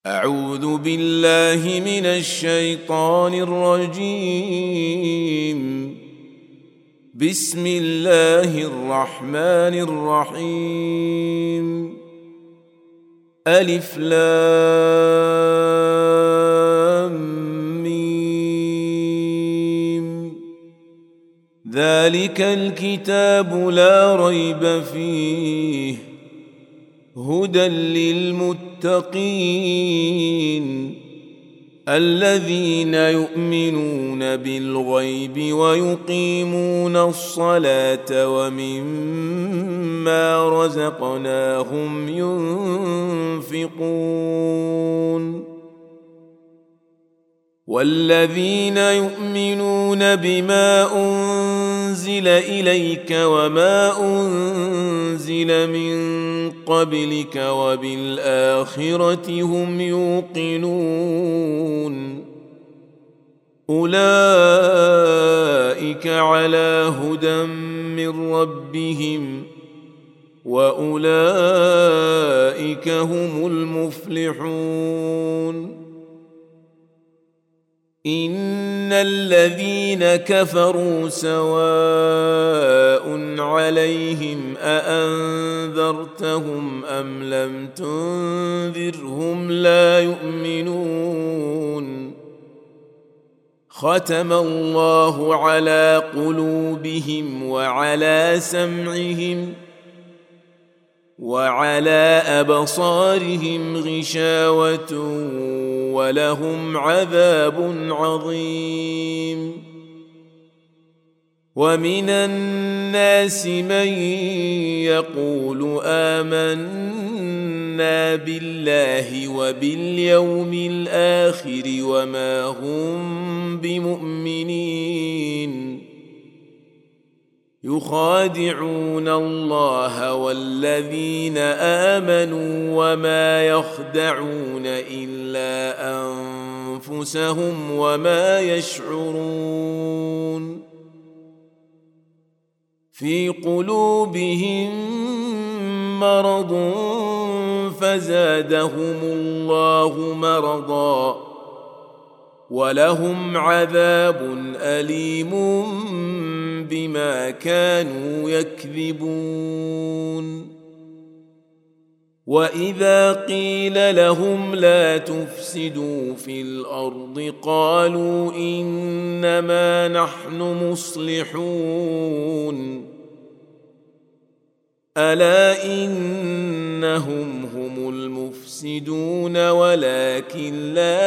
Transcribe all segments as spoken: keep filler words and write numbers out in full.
أعوذ بالله من الشيطان الرجيم. بسم الله الرحمن الرحيم. ألف لام ميم. ذلك الكتاب لا ريب فيه هدى للمتقين الذين يؤمنون بالغيب ويقيمون الصلاة ومما رزقناهم ينفقون والذين يؤمنون بما أنزل إليك وما أنزل من قبلك وبالآخرة هم يوقنون أولئك على هدى من ربهم وأولئك هم المفلحون. إن الذين كفروا سواء عليهم أأنذرتهم أم لم تنذرهم لا يؤمنون. ختم الله على قلوبهم وعلى سمعهم وعلى أبصارهم غشاوة ولهم عذاب عظيم. ومن الناس من يقول آمنا بالله وباليوم الآخر وما هم بمؤمنين يخادعون الله والذين آمنوا وما يخدعون إلا أنفسهم وما يشعرون. في قلوبهم مرض فزادهم الله مرضا ولهم عذاب أليم بما كانوا يكذبون. وإذا قيل لهم لا تفسدوا في الأرض قالوا إنما نحن مصلحون ألا إنهم هم المفسدون ولكن لا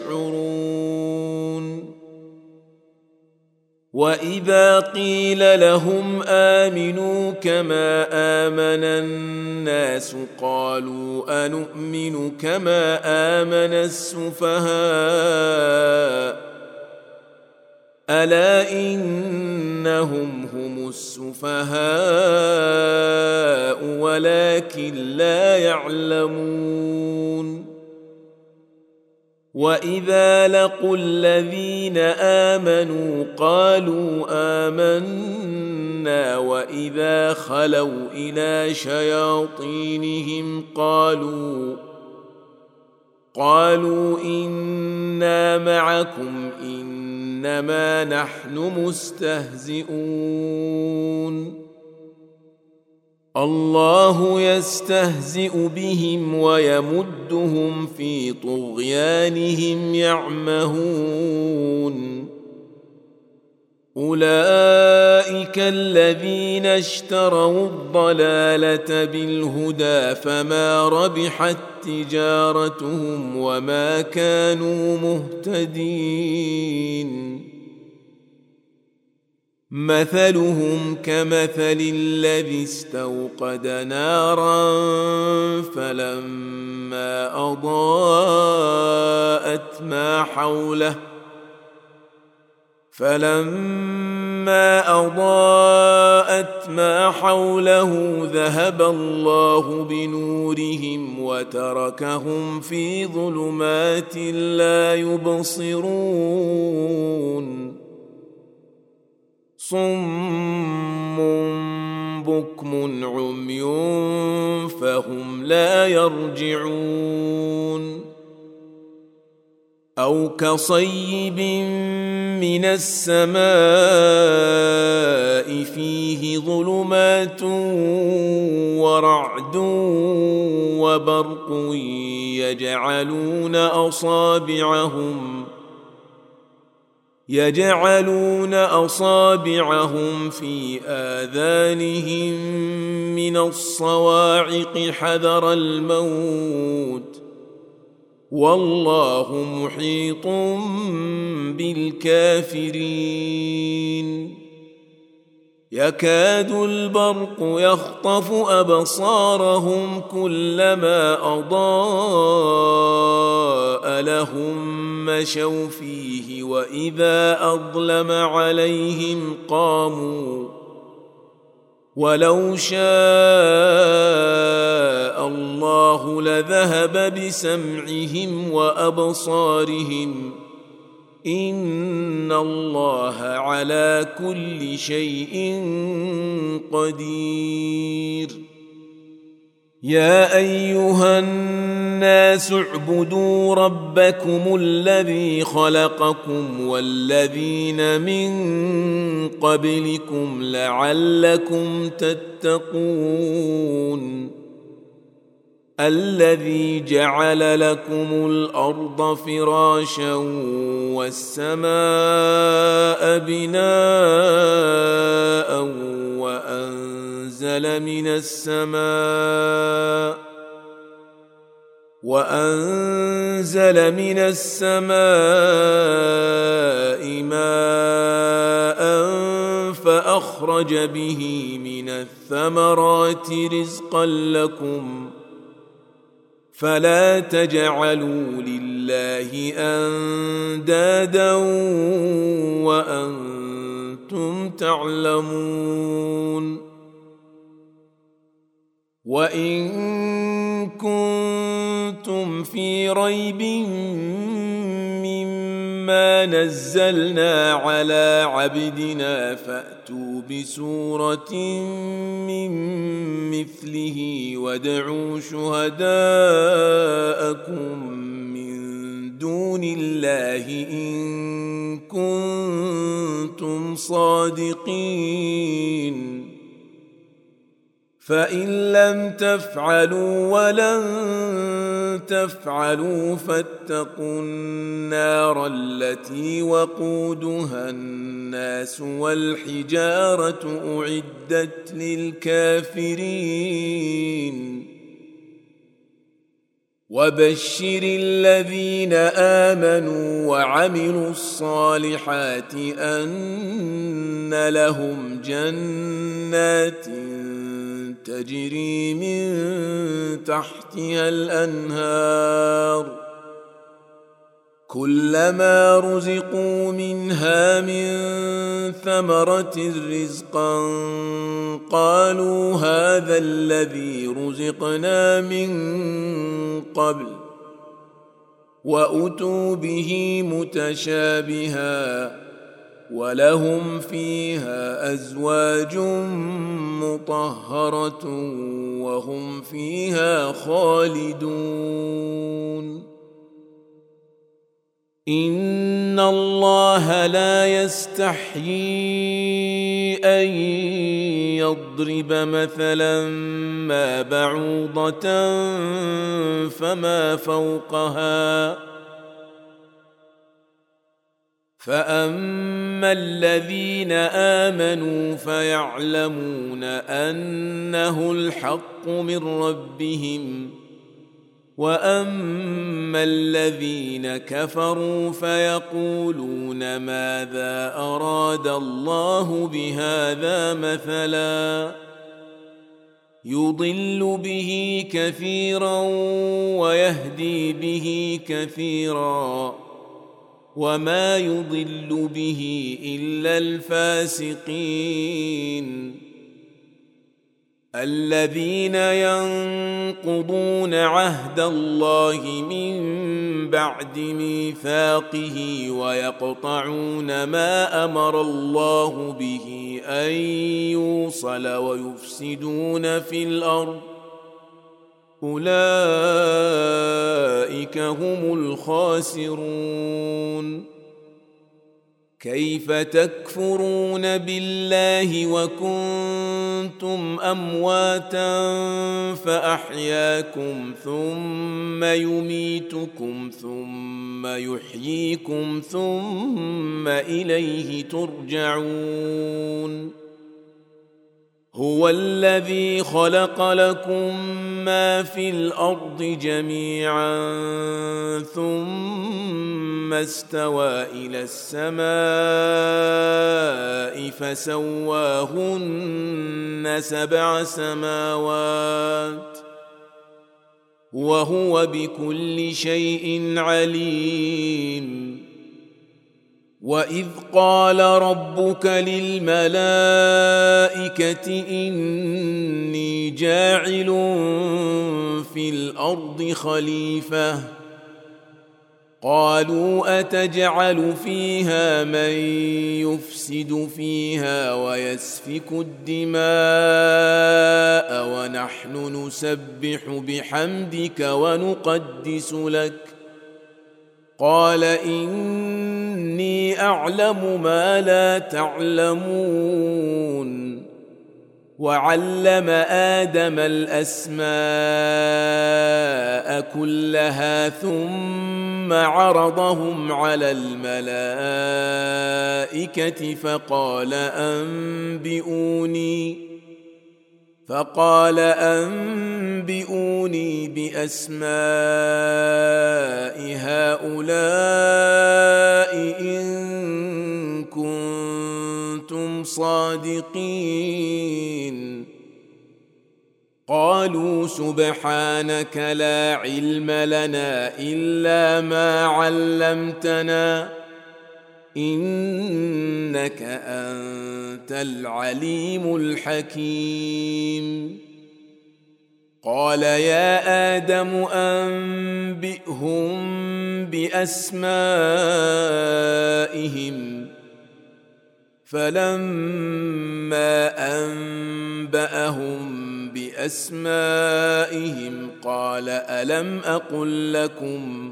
يشعرون. وإذا قيل لهم آمنوا كما آمن الناس قالوا أنؤمن كما آمن السفهاء ألا إنهم هم السفهاء ولكن لا يعلمون. وإذا لقوا الذين آمنوا قالوا آمنا وإذا خلوا إلى شياطينهم قالوا قالوا إنا معكم إنما نحن مستهزئون. الله يستهزئ بهم ويمدهم في طغيانهم يعمهون. أولئك الذين اشتروا الضلالة بالهدى فما ربحت تجارتهم وما كانوا مهتدين. مثلهم كمثل الذي استوقد نارا فلما أضاءت ما حوله فلما أضاءت ما حوله ذهب الله بنورهم وتركهم في ظلمات لا يبصرون. صم بكم عمي فهم لا يرجعون أو كصيب من السماء فيه ظلمات ورعد وبرق يجعلون أصابعهم يجعلون أصابعهم في آذانهم من الصواعق حذر الموت والله محيط بالكافرين يكاد البرق يخطف أبصارهم كلما أضاء لهم مشوا فيه وإذا أظلم عليهم قاموا ولو شاء الله لذهب بسمعهم وأبصارهم إن الله على كل شيء قدير يا أيها الناس اعبدوا ربكم الذي خلقكم والذين من قبلكم لعلكم تتقون الذي جعل لكم الأرض فراشا والسماء بناء وأنزل من السماء وأنزل من السماء ماء فأخرج به من الثمرات رزقا لكم فلا تجعلوا لله أندادا وأنتم تعلمون وإن كنتم في ريب مما نزلنا على عبدنا فأتوا بسورة من مثله وادعوا شهداءكم من دون الله إن كنتم صادقين فإن لم تفعلوا ولن تفعلوا فاتقوا النار التي وقودها الناس والحجارة أعدت للكافرين وبشر الذين آمنوا وعملوا الصالحات أن لهم جنات تجري من تحتها الأنهار كلما رزقوا منها من ثمرة رزقا قالوا هذا الذي رزقنا من قبل وأتوا به متشابها ولهم فيها أزواج مطهرة وهم فيها خالدون إن الله لا يستحيي أن يضرب مثلا ما بعوضة فما فوقها فأما الذين آمنوا فيعلمون أنه الحق من ربهم وأما الذين كفروا فيقولون ماذا أراد الله بهذا مثلا يضل به كثيرا ويهدي به كثيرا وما يضل به إلا الفاسقين الذين ينقضون عهد الله من بعد ميثاقه ويقطعون ما أمر الله به أن يوصل ويفسدون في الأرض أولئك هم الخاسرون. كيف تكفرون بالله وكنتم أمواتا فأحياكم ثم يميتكم ثم يحييكم ثم إليه ترجعون. هو الذي خلق لكم ما في الأرض جميعا ثم استوى إلى السماء فسواهن سبع سماوات وهو بكل شيء عليم. وإذ قال ربك للملائكة إني جاعل في الأرض خليفة قالوا أتجعل فيها من يفسد فيها ويسفك الدماء ونحن نسبح بحمدك ونقدس لك قال إني أعلم ما لا تعلمون. وعلم آدم الأسماء كلها ثم عرضهم على الملائكة فقال أنبئوني فقال أنبئوني بأسماء هؤلاء إن كنتم صادقين. قالوا سبحانك لا علم لنا إلا ما علمتنا إنك أنت العليم الحكيم. قال يا آدم أنبئهم بأسمائهم فلما أنبأهم بأسمائهم قال ألم أقل لكم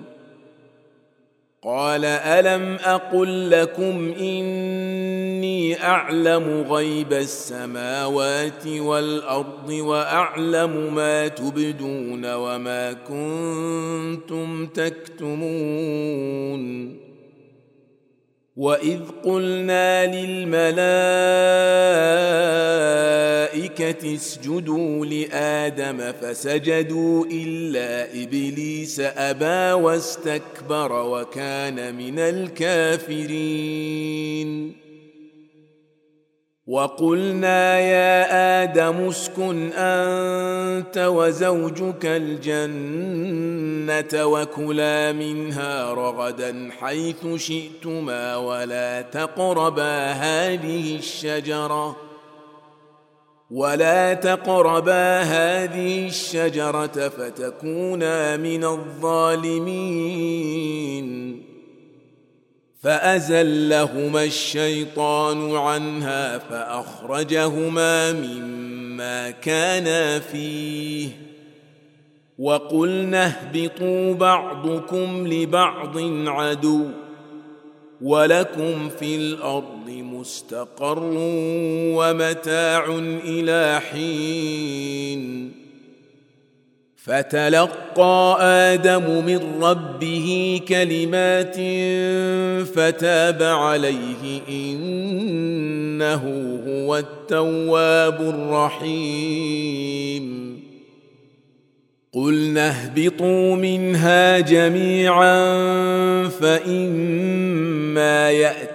قال ألم أقل لكم إني أعلم غيب السماوات والأرض وأعلم ما تبدون وما كنتم تكتمون. وإذ قلنا للملائكة اسجدوا لآدم فسجدوا إلا إبليس أبى واستكبر وكان من الكافرين. وقلنا يا آدم اسكن أنت وزوجك الجنة وكلا منها رغدا حيث شئتما ولا تقربا هذه الشجرة ولا تقربا هذه الشجرة فتكونا من الظالمين. فأزلهما الشيطان عنها فأخرجهما مما كانا فيه وقلنا اهبطوا بعضكم لبعض عدو ولكم في الأرض مستقر ومتاع إلى حين. فتلقى آدم من ربه كلمات فتاب عليه إنه هو التواب الرحيم. قلنا اهبطوا منها جميعا فإما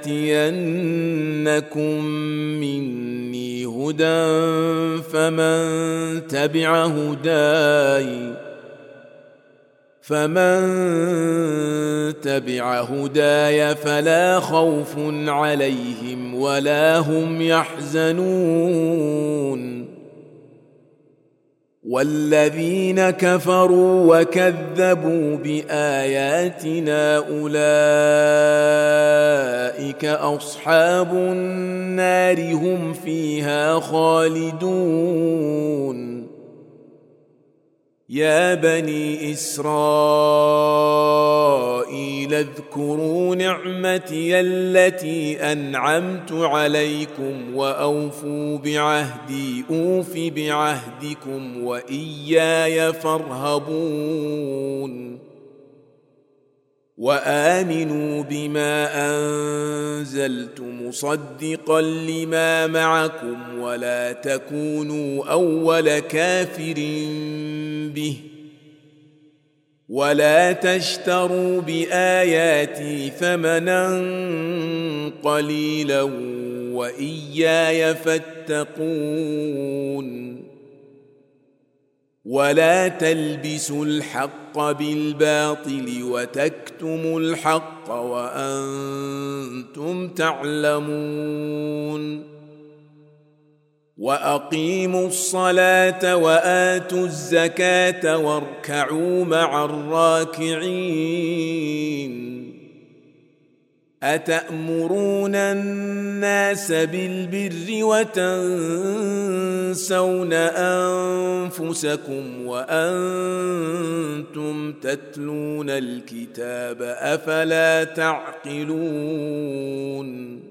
يأتينكم مني هدى فمن تبع هداي فمن تبع هداي فلا خوف عليهم ولا هم يحزنون. والذين كفروا وكذبوا بآياتنا أولئك أصحاب النار هم فيها خالدون. يا بني إسرائيل اذكروا نعمتي التي أنعمت عليكم وأوفوا بعهدي أوف بعهدكم وإياي فارهبون وآمنوا بما أنزلت مصدقا لما معكم ولا تكونوا أول كافر به ولا تشتروا بآياتي ثمنا قليلا وإياي فاتقون ولا تلبسوا الحق بالباطل وتكتموا الحق وأنتم تعلمون وأقيموا الصلاة وآتوا الزكاة واركعوا مع الراكعين أتأمرون الناس بالبر وتنسون أنفسكم وأنتم تتلون الكتاب أفلا تعقلون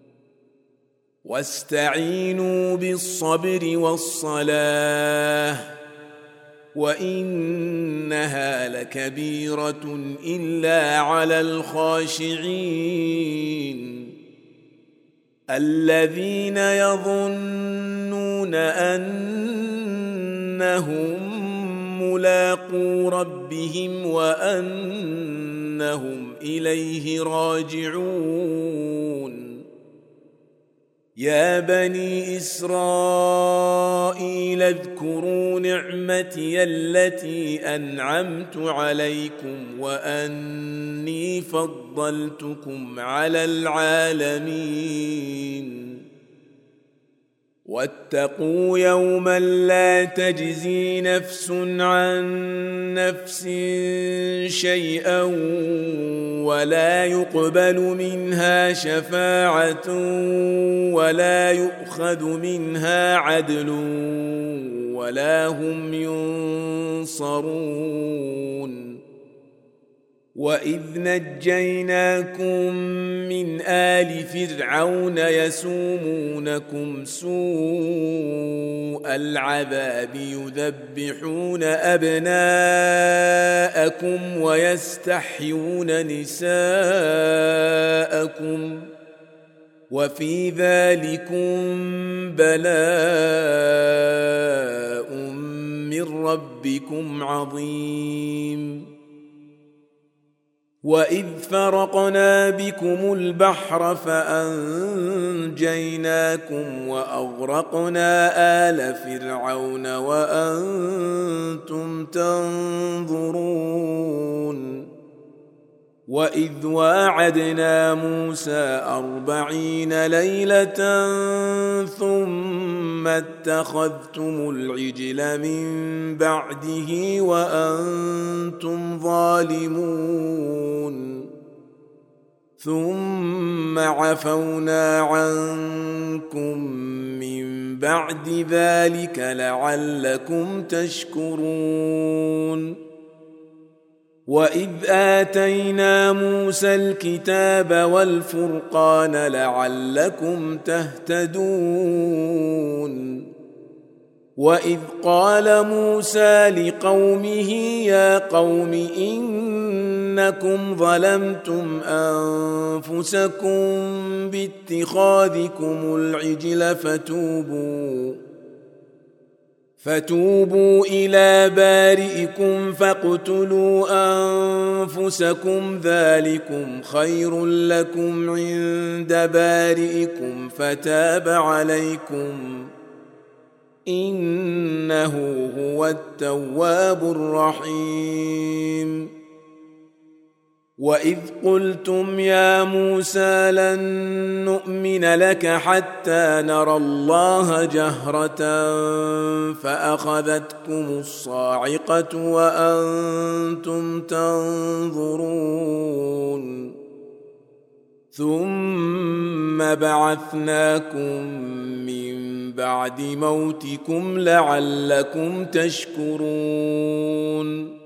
واستعينوا بالصبر والصلاة وإنها لكبيرة إلا على الخاشعين الذين يظنون أنهم ملاقو ربهم وأنهم إليه راجعون يا بني إسرائيل اذكروا نعمتي التي أنعمت عليكم وأني فضلتكم على العالمين واتقوا يوما لا تجزي نفس عن نفس شيئا ولا يقبل منها شفاعة ولا يؤخذ منها عدل ولا هم ينصرون وإذ نجيناكم من آل فرعون يسومونكم سوء العذاب يذبحون أبناءكم ويستحيون نساءكم وفي ذلكم بلاء من ربكم عظيم وإذ فرقنا بكم البحر فأنجيناكم وأغرقنا آل فرعون وأنتم تنظرون وإذ واعدنا موسى أربعين ليلة ثم اتخذتم العجل من بعده وأنتم ظالمون ثم عفونا عنكم من بعد ذلك لعلكم تشكرون وإذ آتينا موسى الكتاب والفرقان لعلكم تهتدون وإذ قال موسى لقومه يا قوم إنكم ظلمتم أنفسكم باتخاذكم العجل فتوبوا فتوبوا إلى بارئكم فاقتلوا أنفسكم ذلكم خير لكم عند بارئكم فتاب عليكم إنه هو التواب الرحيم وإذ قلتم يا موسى لن نؤمن لك حتى نرى الله جهرة فأخذتكم الصاعقة وأنتم تنظرون ثم بعثناكم من بعد موتكم لعلكم تشكرون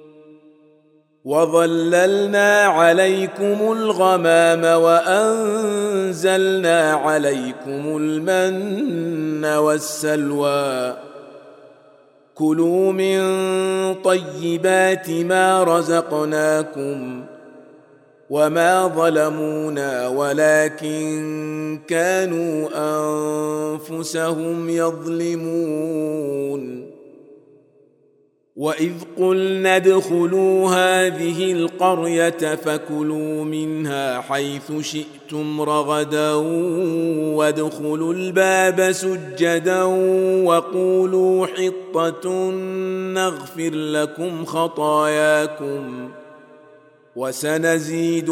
وظللنا عليكم الغمام وأنزلنا عليكم المن والسلوى كلوا من طيبات ما رزقناكم وما ظلمونا ولكن كانوا أنفسهم يظلمون وإذ قلنا ادخلوا هذه القرية فكلوا منها حيث شئتم رغدا وادخلوا الباب سجدا وقولوا حطة نغفر لكم خطاياكم وسنزيد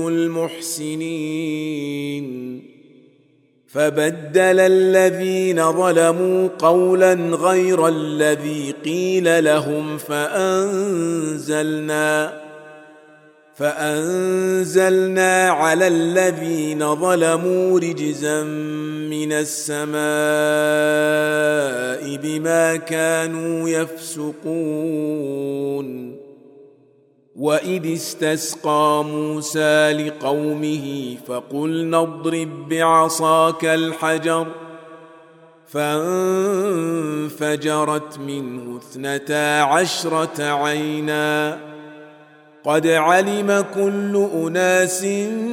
المحسنين فبدل الذين ظلموا قولا غير الذي قيل لهم فأنزلنا فأنزلنا على الذين ظلموا رجزا من السماء بما كانوا يفسقون وإذ استسقى موسى لقومه فقلنا اضرب بعصاك الحجر فانفجرت منه اثنتا عشرة عينا قد علم كل أناس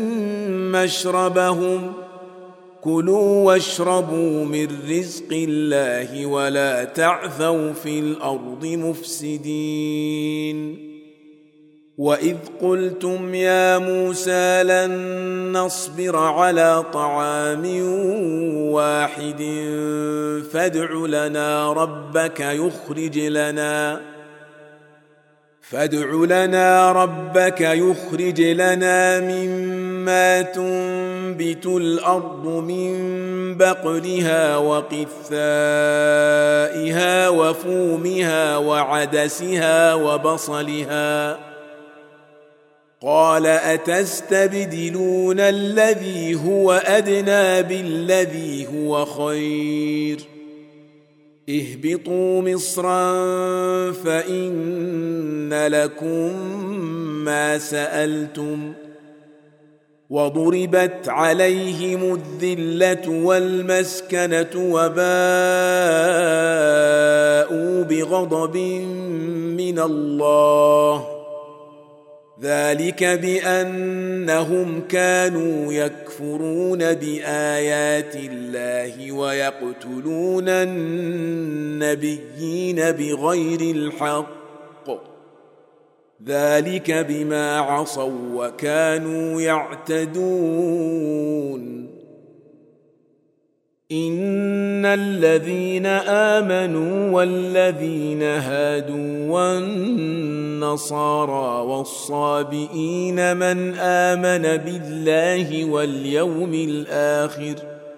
مشربهم كلوا واشربوا من رزق الله ولا تعثوا في الأرض مفسدين وإذ قلتم يا موسى لن نصبر على طعام واحد فادع لنا ربك يخرج لنا فادع لنا ربك يخرج لنا مما تنبت الأرض من بقلها وقثائها وفومها وعدسها وبصلها قال أتستبدلون الذي هو أدنى بالذي هو خير اهبطوا مصرا فإن لكم ما سألتم وضربت عليهم الذلة والمسكنة وباءوا بغضب من الله ذلك بأنهم كانوا يكفرون بآيات الله ويقتلون النبيين بغير الحق ذلك بما عصوا وكانوا يعتدون إن الذين آمنوا والذين هادوا والنصارى والصابئين من آمن بالله واليوم الآخر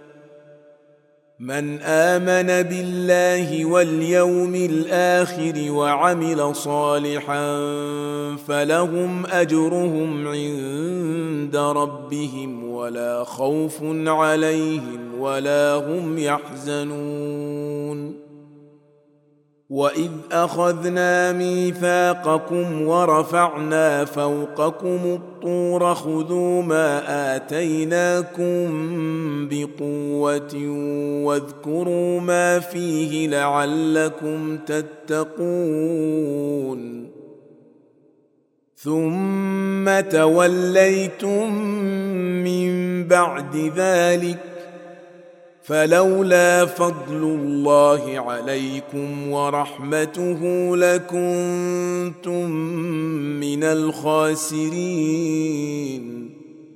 من آمن بالله واليوم الآخر وعمل صالحا فلهم أجرهم عند ربهم ولا خوف عليهم ولا هم يحزنون وإذ أخذنا ميثاقكم ورفعنا فوقكم الطور خذوا ما آتيناكم بقوة واذكروا ما فيه لعلكم تتقون ثم توليتم من بعد ذلك فلولا فضل الله عليكم ورحمته لكنتم من الخاسرين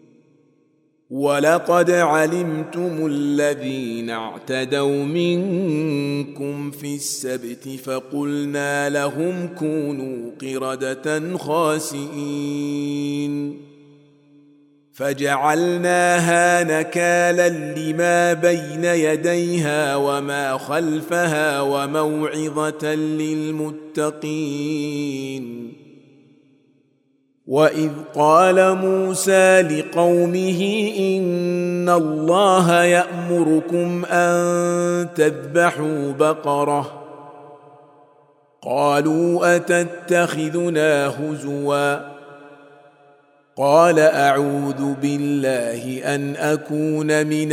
ولقد علمتم الذين اعتدوا منكم في السبت فقلنا لهم كونوا قردة خاسئين فجعلناها نكالا لما بين يديها وما خلفها وموعظة للمتقين وإذ قال موسى لقومه إن الله يأمركم أن تذبحوا بقرة قالوا أتتخذنا هزوا قال أعوذ بالله أن أكون من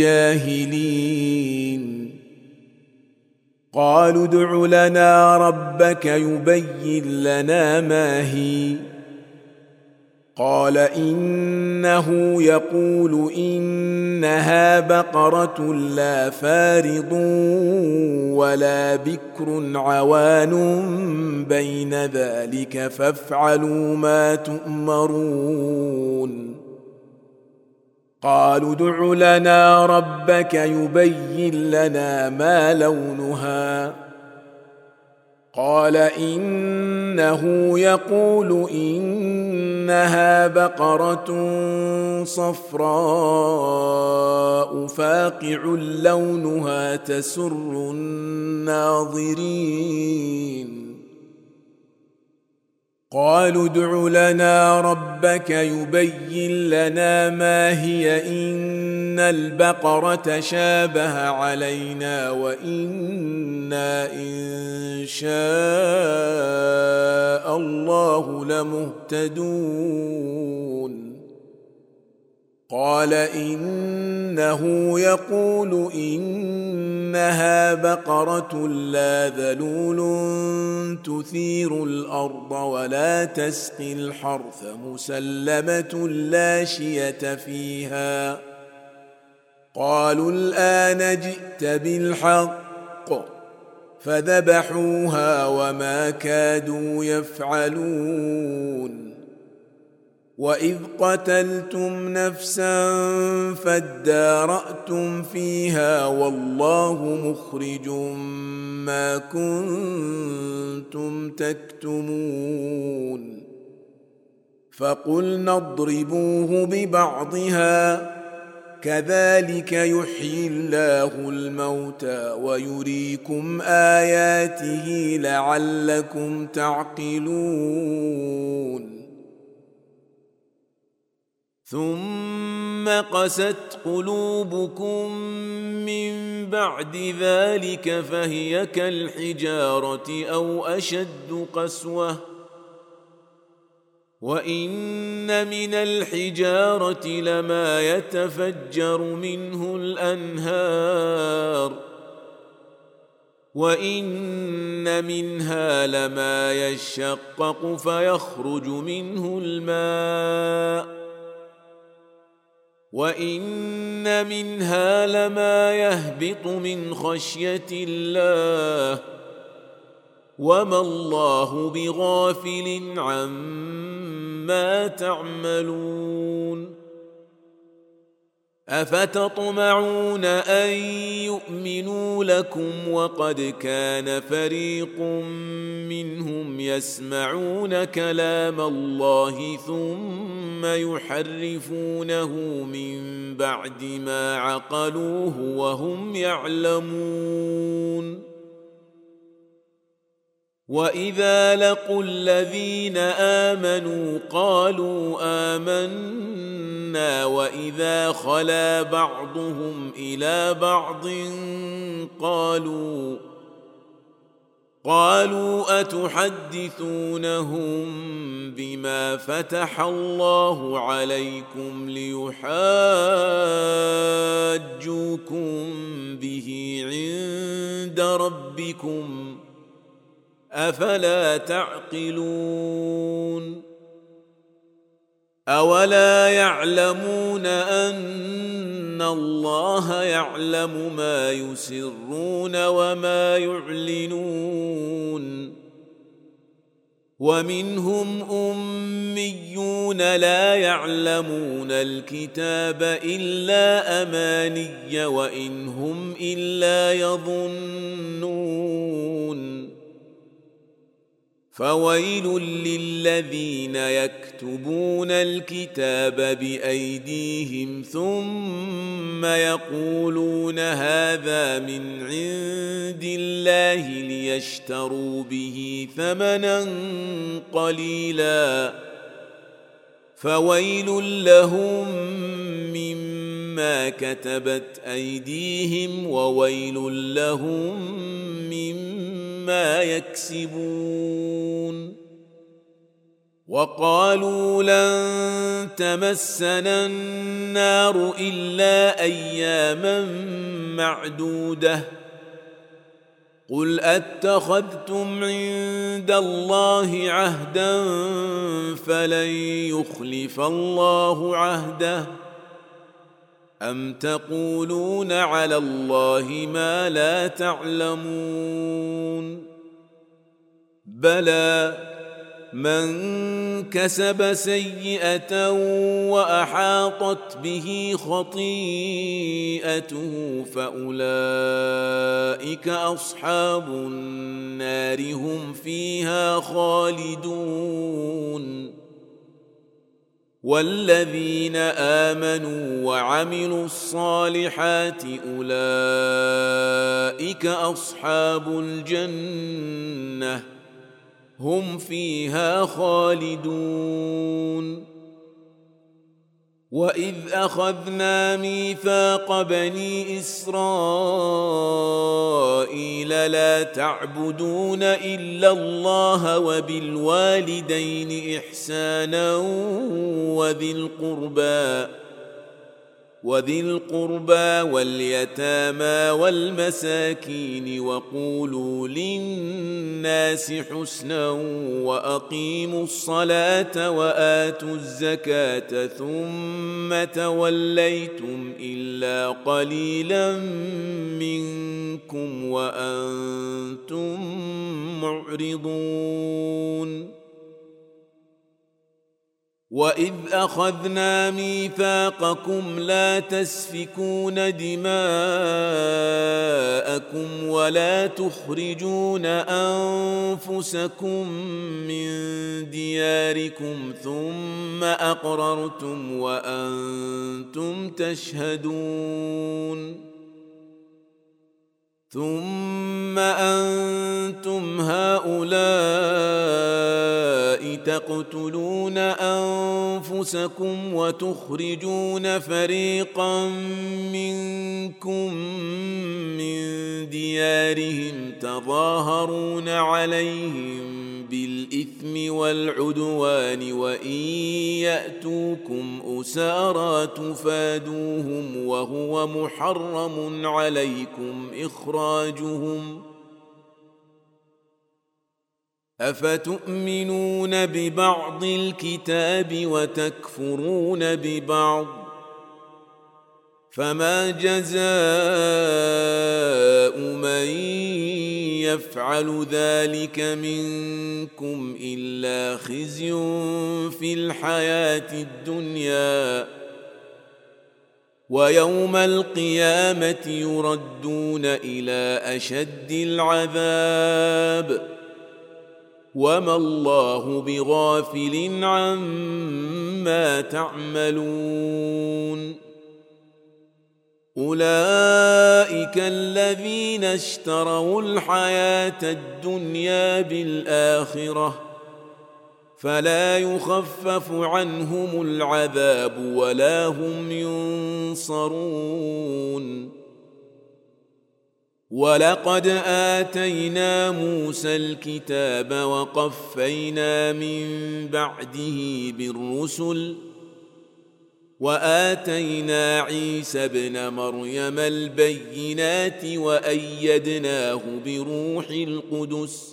الجاهلين قالوا ادع لنا ربك يبين لنا ما هي قال إنه يقول إنها بقرة لا فارض ولا بكر عوان بين ذلك فافعلوا ما تؤمرون قالوا ادع لنا ربك يبين لنا ما لونها قال إنه يقول إنها بقرة صفراء فاقع لونها تسر الناظرين قالوا ادع لنا ربك يبين لنا ما هي إن البقرة شابه علينا وإنا إن شاء الله لمهتدون قال إنه يقول إنها بقرة لا ذلول تثير الأرض ولا تسقي الحرث مسلمة لا شية فيها قالوا الآن جئت بالحق فذبحوها وما كادوا يفعلون وإذ قتلتم نفسا فادارأتم فيها والله مخرج ما كنتم تكتمون فقلنا اضربوه ببعضها كذلك يحيي الله الموتى ويريكم آياته لعلكم تعقلون ثم قست قلوبكم من بعد ذلك فهي كالحجارة أو أشد قسوة وإن من الحجارة لما يتفجر منه الأنهار وإن منها لما يشقق فيخرج منه الماء وإن منها لما يهبط من خشية الله وما الله بغافل عما تعملون أفتطمعون أن يؤمنوا لكم وقد كان فريق منهم يسمعون كلام الله ثم يحرفونه من بعد ما عقلوه وهم يعلمون وإذا لقوا الذين آمنوا قالوا آمنا وإذا خلا بعضهم إلى بعض قالوا قالوا أتحدثونهم بما فتح الله عليكم ليحاجوكم به عند ربكم أفلا تعقلون أولا يعلمون أن الله يعلم ما يسرون وما يعلنون ومنهم أميون لا يعلمون الكتاب إلا أماني وإن هم إلا يظنون فويل للذين يكتبون الكتاب بأيديهم ثم يقولون هذا من عند الله ليشتروا به ثمنا قليلا فويل لهم مما كتبت أيديهم وويل لهم مما يكسبون. وقالوا لن تمسنا النار إلا أياما معدودة قل أتخذتم عند الله عهدا فلن يخلف الله عهده أم تقولون على الله ما لا تعلمون. بلى من كسب سيئة وأحاطت به خطيئته فأولئك أصحاب النار هم فيها خالدون. والذين آمنوا وعملوا الصالحات أولئك أصحاب الجنة هم فيها خالدون. وإذ أخذنا ميثاق بني إسرائيل لا تعبدون إلا الله وبالوالدين إحسانا وذي القربى وذي القربى واليتامى والمساكين وقولوا للناس حسنا وأقيموا الصلاة وآتوا الزكاة ثم توليتم إلا قليلا منكم وأنتم معرضون. وإذ أخذنا ميثاقكم لا تسفكون دماءكم ولا تخرجون أنفسكم من دياركم ثم أقررتم وأنتم تشهدون. ثم أنتم هؤلاء تقتلون أنفسكم وتخرجون فريقا منكم من ديارهم تظاهرون عليهم بالإثم والعدوان وإن يأتوكم أسارى تفادوهم وهو محرم عليكم إخراجهم أفتؤمنون ببعض الكتاب وتكفرون ببعض فما جزاء من يفعل ذلك منكم إلا خزي في الحياة الدنيا ويوم القيامة يردون إلى أشد العذاب وما الله بغافل عما تعملون. أولئك الذين اشتروا الحياة الدنيا بالآخرة فلا يخفف عنهم العذاب ولا هم ينصرون. ولقد آتينا موسى الكتاب وقفينا من بعده بالرسل وآتينا عيسى ابن مريم البينات وأيدناه بروح القدس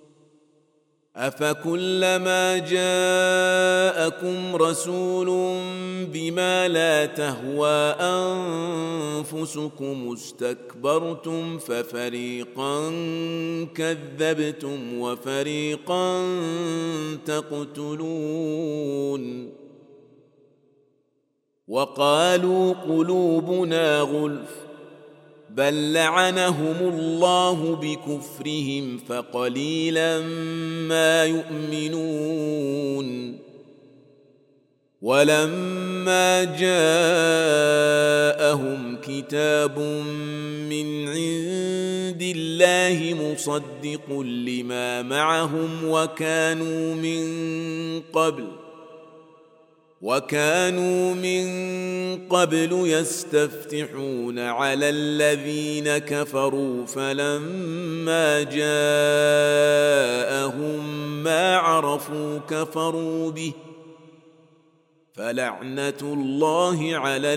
أفكلما جاءكم رسول بما لا تهوى أنفسكم استكبرتم ففريقا كذبتم وفريقا تقتلون. وقالوا قلوبنا غلف بل لعنهم الله بكفرهم فقليلا ما يؤمنون. ولما جاءهم كتاب من عند الله مصدق لما معهم وكانوا من قبل وكانوا من قبل يستفتحون على الذين كفروا فلما جاءهم ما عرفوا كفروا به فلعنة الله على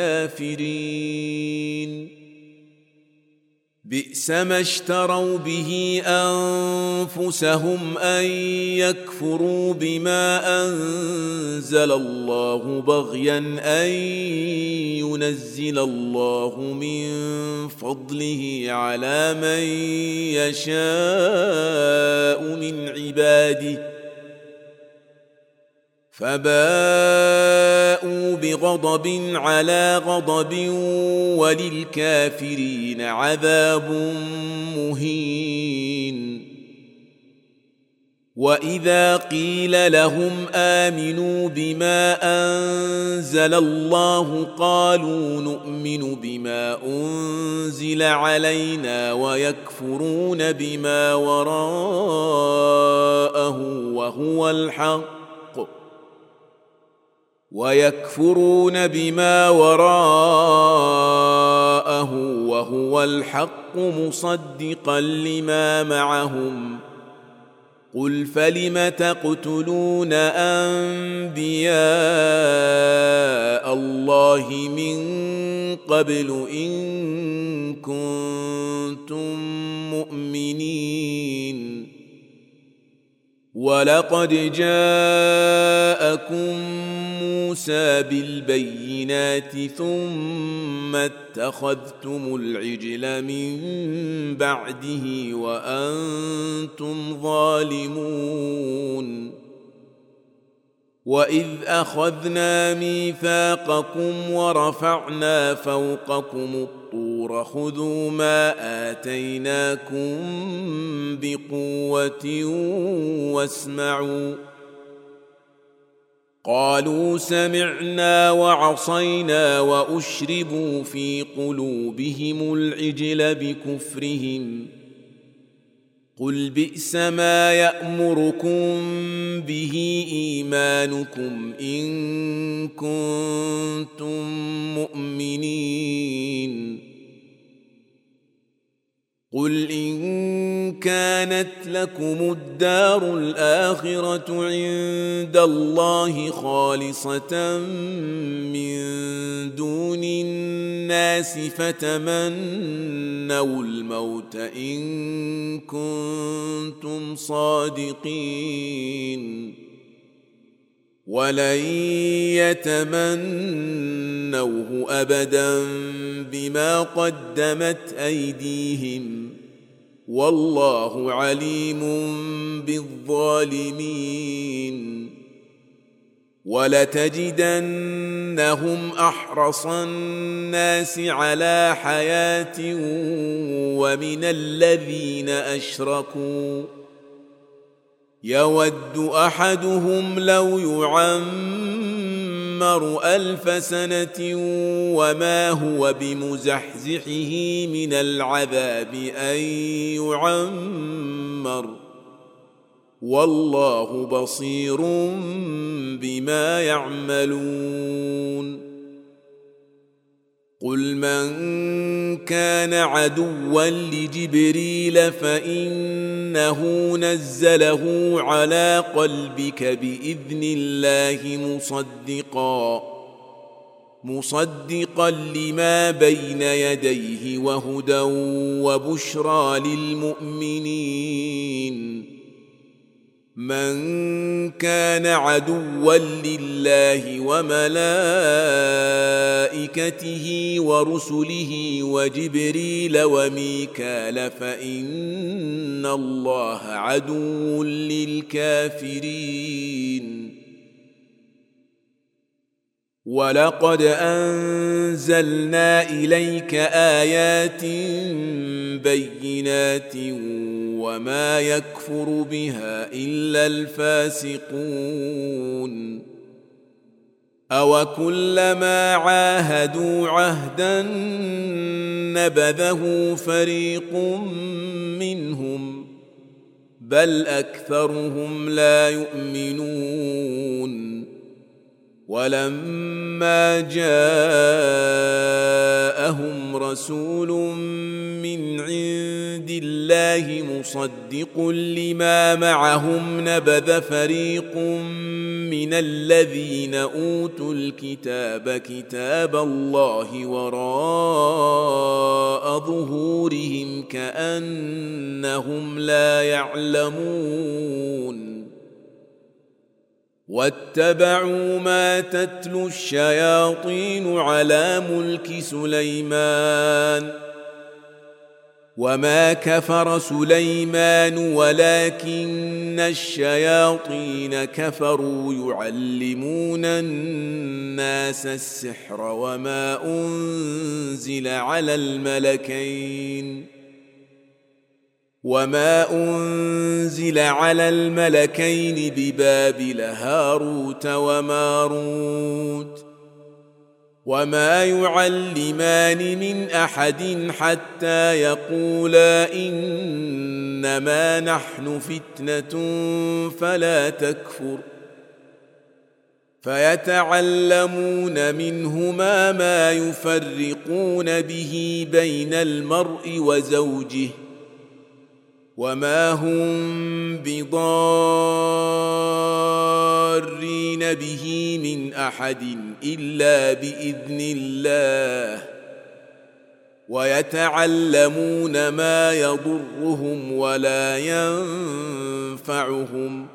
الكافرين. بئس ما اشتروا به أنفسهم أن يكفروا بما أنزل الله بغيا أن ينزل الله من فضله على من يشاء من عباده فباءوا بغضب على غضب وللكافرين عذاب مهين. وإذا قيل لهم آمنوا بما أنزل الله قالوا نؤمن بما أنزل علينا ويكفرون بما وراءه وهو الحق ويكفرون بما وراءه وهو الحق مصدقا لما معهم قل فلم تقتلون أنبياء الله من قبل إن كنتم مؤمنين ولقد جاءكم موسى بالبينات ثم اتخذتم العجل من بعده وأنتم ظالمون. وإذ أخذنا ميثاقكم ورفعنا فوقكم الطور خذوا ما آتيناكم بقوة واسمعوا قالوا سمعنا وعصينا وأشربوا في قلوبهم العجل بكفرهم قل بئس ما يأمركم به إيمانكم إن كنتم مؤمنين قل إن كانت لكم الدار الآخرة عند الله خالصة من دون الناس فتمنوا الموت إن كنتم صادقين ولن يتمنوه أبدا بما قدمت أيديهم والله عليم بالظالمين. ولتجدنهم أحرص الناس على حياة ومن الذين أشركوا يود أحدهم لو يعمر ألف سنة وما هو بمزحزحه من العذاب أن يعمر والله بصير بما يعملون. قل من كان عدوا لجبريل فإنه نزله على قلبك بإذن الله مصدقا مصدقا لما بين يديه وهدى وبشرى للمؤمنين. من كان عدوا لله وملائكته ورسله وجبريل وميكال فإن الله عدو للكافرين. ولقد أنزلنا إليك آيات بينات وما يكفر بها إلا الفاسقون. أوكلما عاهدوا عهدا نبذه فريق منهم بل أكثرهم لا يؤمنون. ولما جاءهم رسول من عند الله مصدق لما معهم نبذ فريق من الذين أوتوا الكتاب كتاب الله وراء ظهورهم كأنهم لا يعلمون واتبعوا ما تتلو الشياطين على ملك سليمان وما كفر سليمان ولكن الشياطين كفروا يعلمون الناس السحر وما أنزل على الملكين وما أنزل على الملكين ببابل هاروت وماروت وما يعلمان من أحد حتى يقولا إنما نحن فتنة فلا تكفر فيتعلمون منهما ما يفرقون به بين المرء وزوجه وما هم بضارين به من أحد إلا بإذن الله ويتعلمون ما يضرهم ولا ينفعهم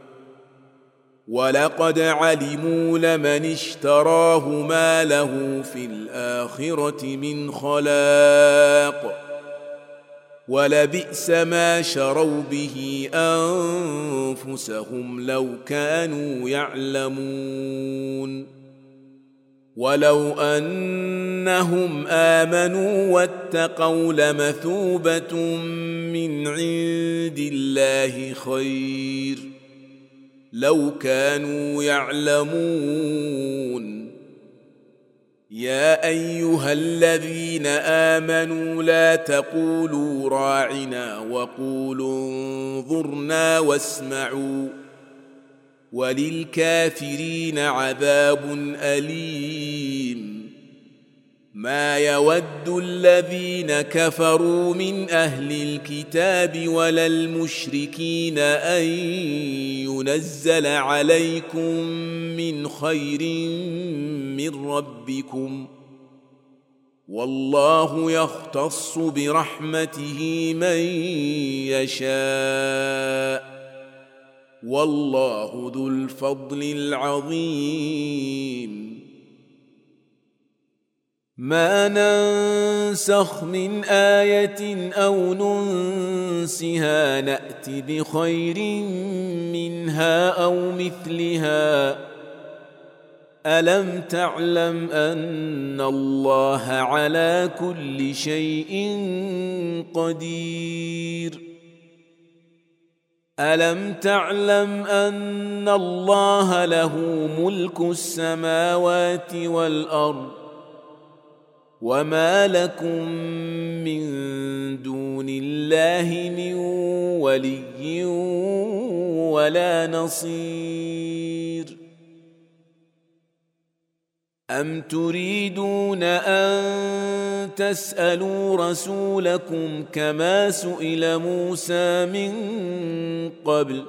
ولقد علموا لمن اشتراه ما له في الآخرة من خلاق ولبئس ما شروا به أنفسهم لو كانوا يعلمون ولو أنهم آمنوا واتقوا لمثوبة من عند الله خير لو كانوا يعلمون يا أيها الذين آمنوا لا تقولوا راعنا وقولوا انظرنا واسمعوا وللكافرين عذاب أليم ما يود الذين كفروا من أهل الكتاب ولا المشركين أن ينزل عليكم من خير من ربكم والله يختص برحمته من يشاء والله ذو الفضل العظيم ما ننسخ من آية أو ننسها نأت بخير منها أو مثلها ألم تعلم أن الله على كل شيء قدير ألم تعلم أن الله له ملك السماوات والأرض وما لكم من دون الله من ولي ولا نصير أم تريدون أن تسألوا رسولكم كما سئل موسى من قبل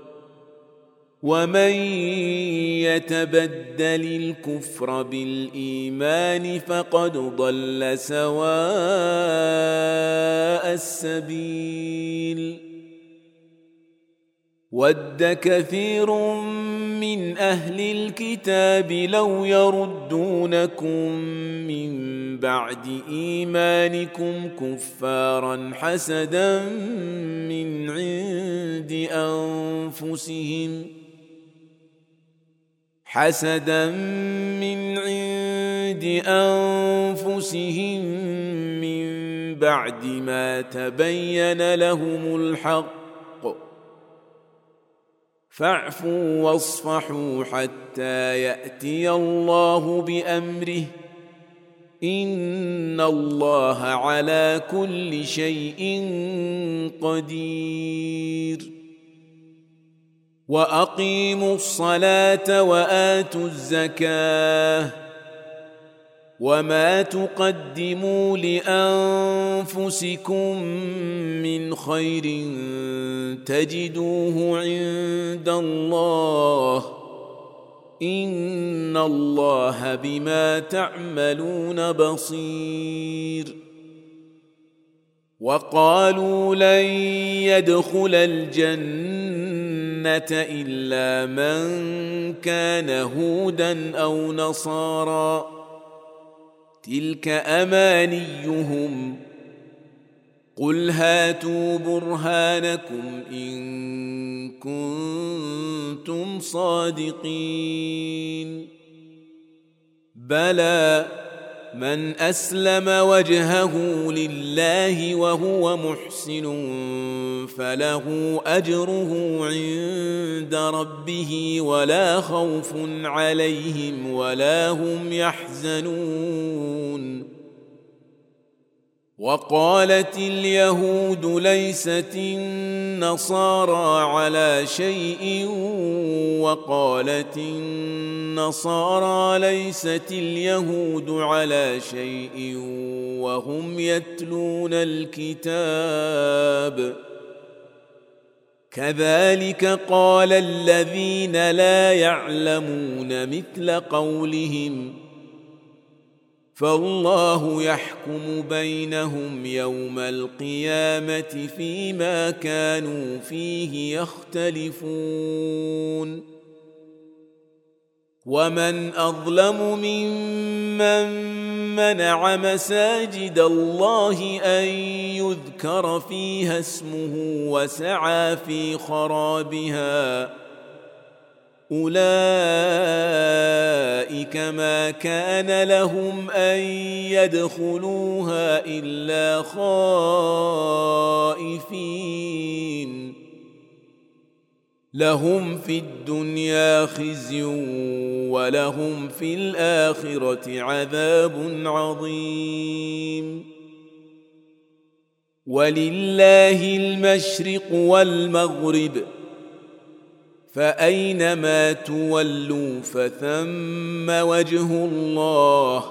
ومن يتبدل الكفر بالإيمان فقد ضل سواء السبيل ود كثير من أهل الكتاب لو يردونكم من بعد إيمانكم كفارا حسدا من عند أنفسهم حسدا من عند أنفسهم من بعد ما تبين لهم الحق فاعفوا واصفحوا حتى يأتي الله بأمره إن الله على كل شيء قدير وأقيموا الصلاة وآتوا الزكاة وما تقدموا لأنفسكم من خير تجدوه عند الله إن الله بما تعملون بصير. وقالوا لن يدخل الجنة إلا من كان هودا أو نصارى تلك أمانيهم قل هاتوا برهانكم إن كنتم صادقين بلى من أسلم وجهه لله وهو محسن فله أجره عند ربه ولا خوف عليهم ولا هم يحزنون. وقالت اليهود ليست النصارى على شيء وقالت النصارى ليست اليهود على شيء وهم يتلون الكتاب كذلك قال الذين لا يعلمون مثل قولهم فالله يحكم بينهم يوم القيامة فيما كانوا فيه يختلفون. ومن أظلم ممن منع مساجد الله أن يذكر فيها اسمه وسعى في خرابها أولئك ما كان لهم أن يدخلوها إلا خائفين لهم في الدنيا خزي ولهم في الآخرة عذاب عظيم. ولله المشرق والمغرب فأينما تولوا فثم وجه الله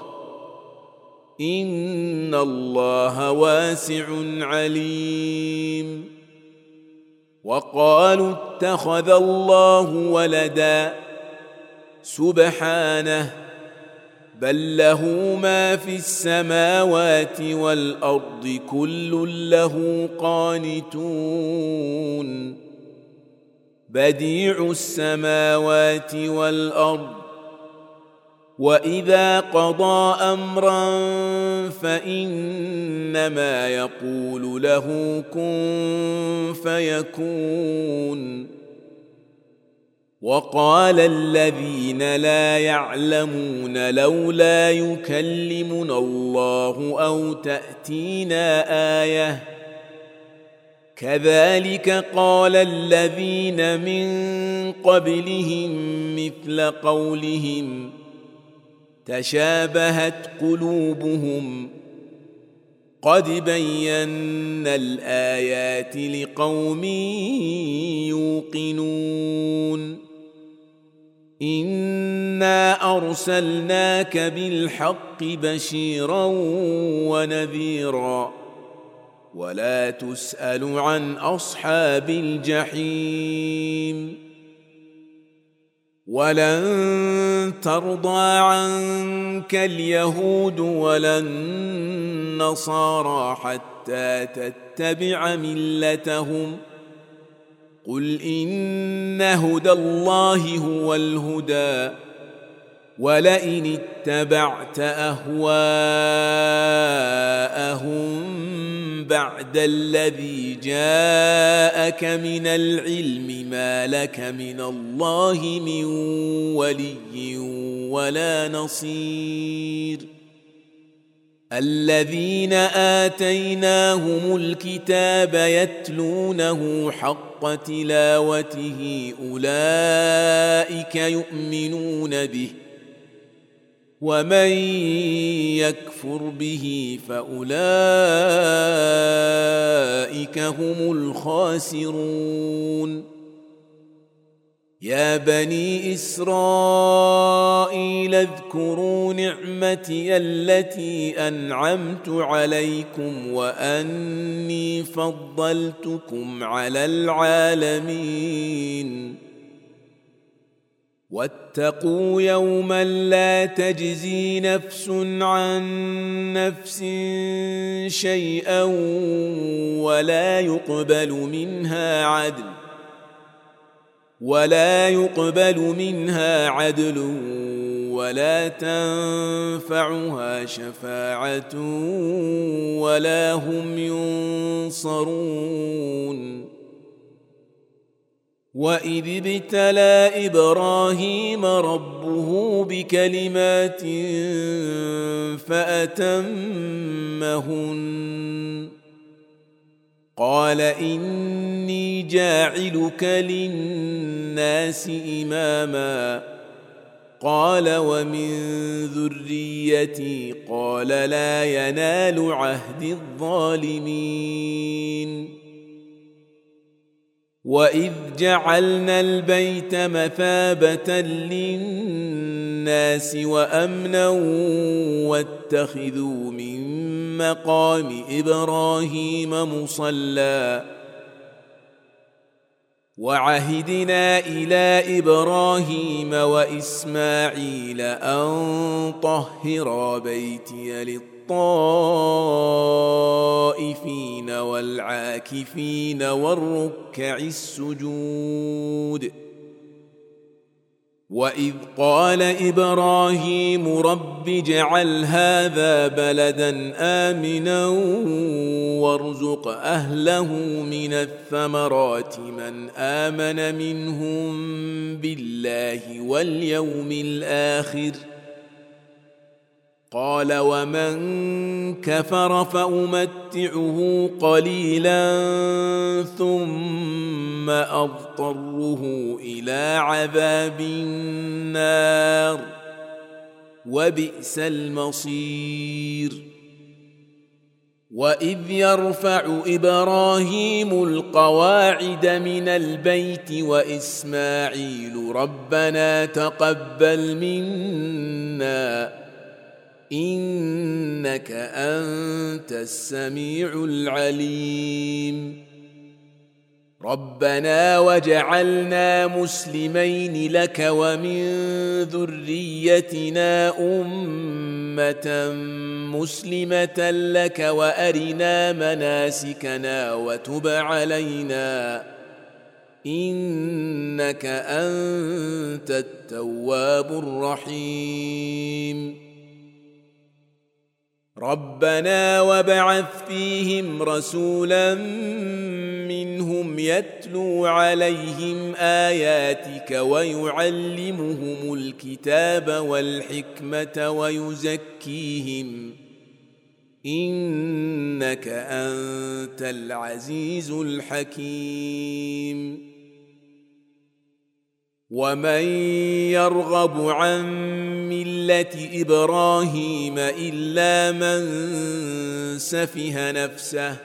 إن الله واسع عليم. وقالوا اتخذ الله ولدا سبحانه بل له ما في السماوات والأرض كل له قانتون بديع السماوات والأرض وإذا قضى أمرا فإنما يقول له كن فيكون. وقال الذين لا يعلمون لولا يكلمنا الله أو تأتينا آية كذلك قال الذين من قبلهم مثل قولهم تشابهت قلوبهم قد بينا الآيات لقوم يوقنون. إنا أرسلناك بالحق بشيرا ونذيرا ولا تسأل عن أصحاب الجحيم. ولن ترضى عنك اليهود ولا النصارى حتى تتبع ملتهم قل إن هدى الله هو الهدى ولئن اتبعت أهواءهم بعد الذي جاءك من العلم ما لك من الله من ولي ولا نصير. الذين آتيناهم الكتاب يتلونه حق تلاوته أولئك يؤمنون به ومن يكفر به فأولئك هم الخاسرون. يا بني إسرائيل اذكروا نعمتي التي أنعمت عليكم وأني فضلتكم على العالمين واتقوا يوما لا تجزي نفس عن نفس شيئا ولا يقبل منها عدل ولا يقبل منها عدل ولا تنفعها شفاعة ولا هم ينصرون وإذ ابتلى إبراهيم ربه بكلمات فأتمهن قال إني جاعلك للناس إماما قال ومن ذريتي قال لا ينال عهد الظالمين وإذ جعلنا البيت مثابة للناس وأمنا واتخذوا من مقام إبراهيم مصلى وعهدنا إلى إبراهيم وإسماعيل أن طهرا بيتي للطائفين والعاكفين والركع السجود وإذ قال إبراهيم رب اجعل هذا بلدا آمنا وارزق أهله من الثمرات من آمن منهم بالله واليوم الآخر قال ومن كفر فأمتعه قليلا ثم أضطره إلى عذاب النار وبئس المصير وإذ يرفع إبراهيم القواعد من البيت وإسماعيل ربنا تقبل منا إنك أنت السميع العليم ربنا وجعلنا مسلمين لك ومن ذريتنا أمة مسلمة لك وأرنا مناسكنا وتب علينا إنك أنت التواب الرحيم ربنا وابعث فيهم رسولا منهم يتلو عليهم آياتك ويعلمهم الكتاب والحكمة ويزكيهم إنك أنت العزيز الحكيم ومن يرغب عن ملة إبراهيم إلا من سفه نفسه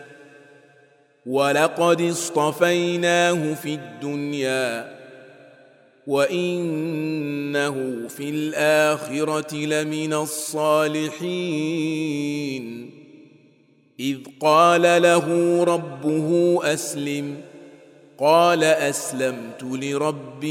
ولقد اصطفيناه في الدنيا وإنه في الآخرة لمن الصالحين إذ قال له ربه أسلم قال أسلمت لرب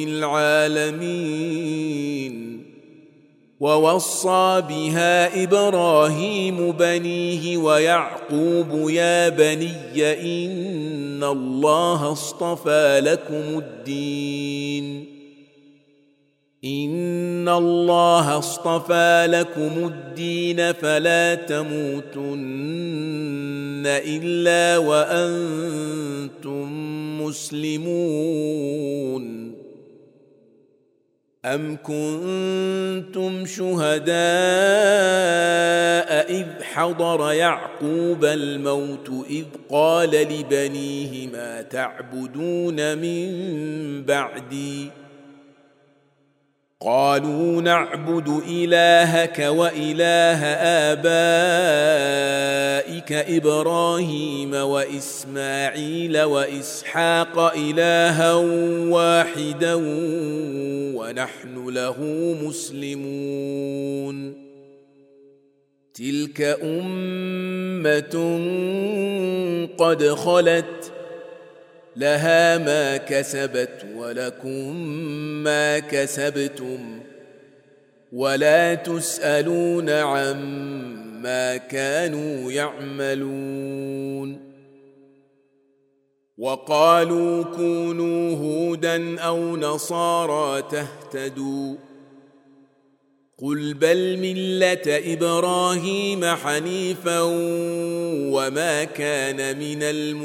العالمين ووصى بها إبراهيم بنيه ويعقوب يا بني إن الله اصطفى لكم الدين إن الله اصطفى لكم الدين فلا تموتن إلا وأنتم مسلمون أم كنتم شهداء إذ حضر يعقوب الموت إذ قال لبنيه ما تعبدون من بعدي قالوا نعبد إلهك وإله آبائك إبراهيم وإسماعيل وإسحاق إلها واحدا ونحن له مسلمون تلك أمة قد خلت لها ما كسبت ولكم ما كسبتم ولا تسألون عما كانوا يعملون وقالوا كونوا هودا أو نصارى تهتدوا قل بل ملة إبراهيم حنيفا وما كان من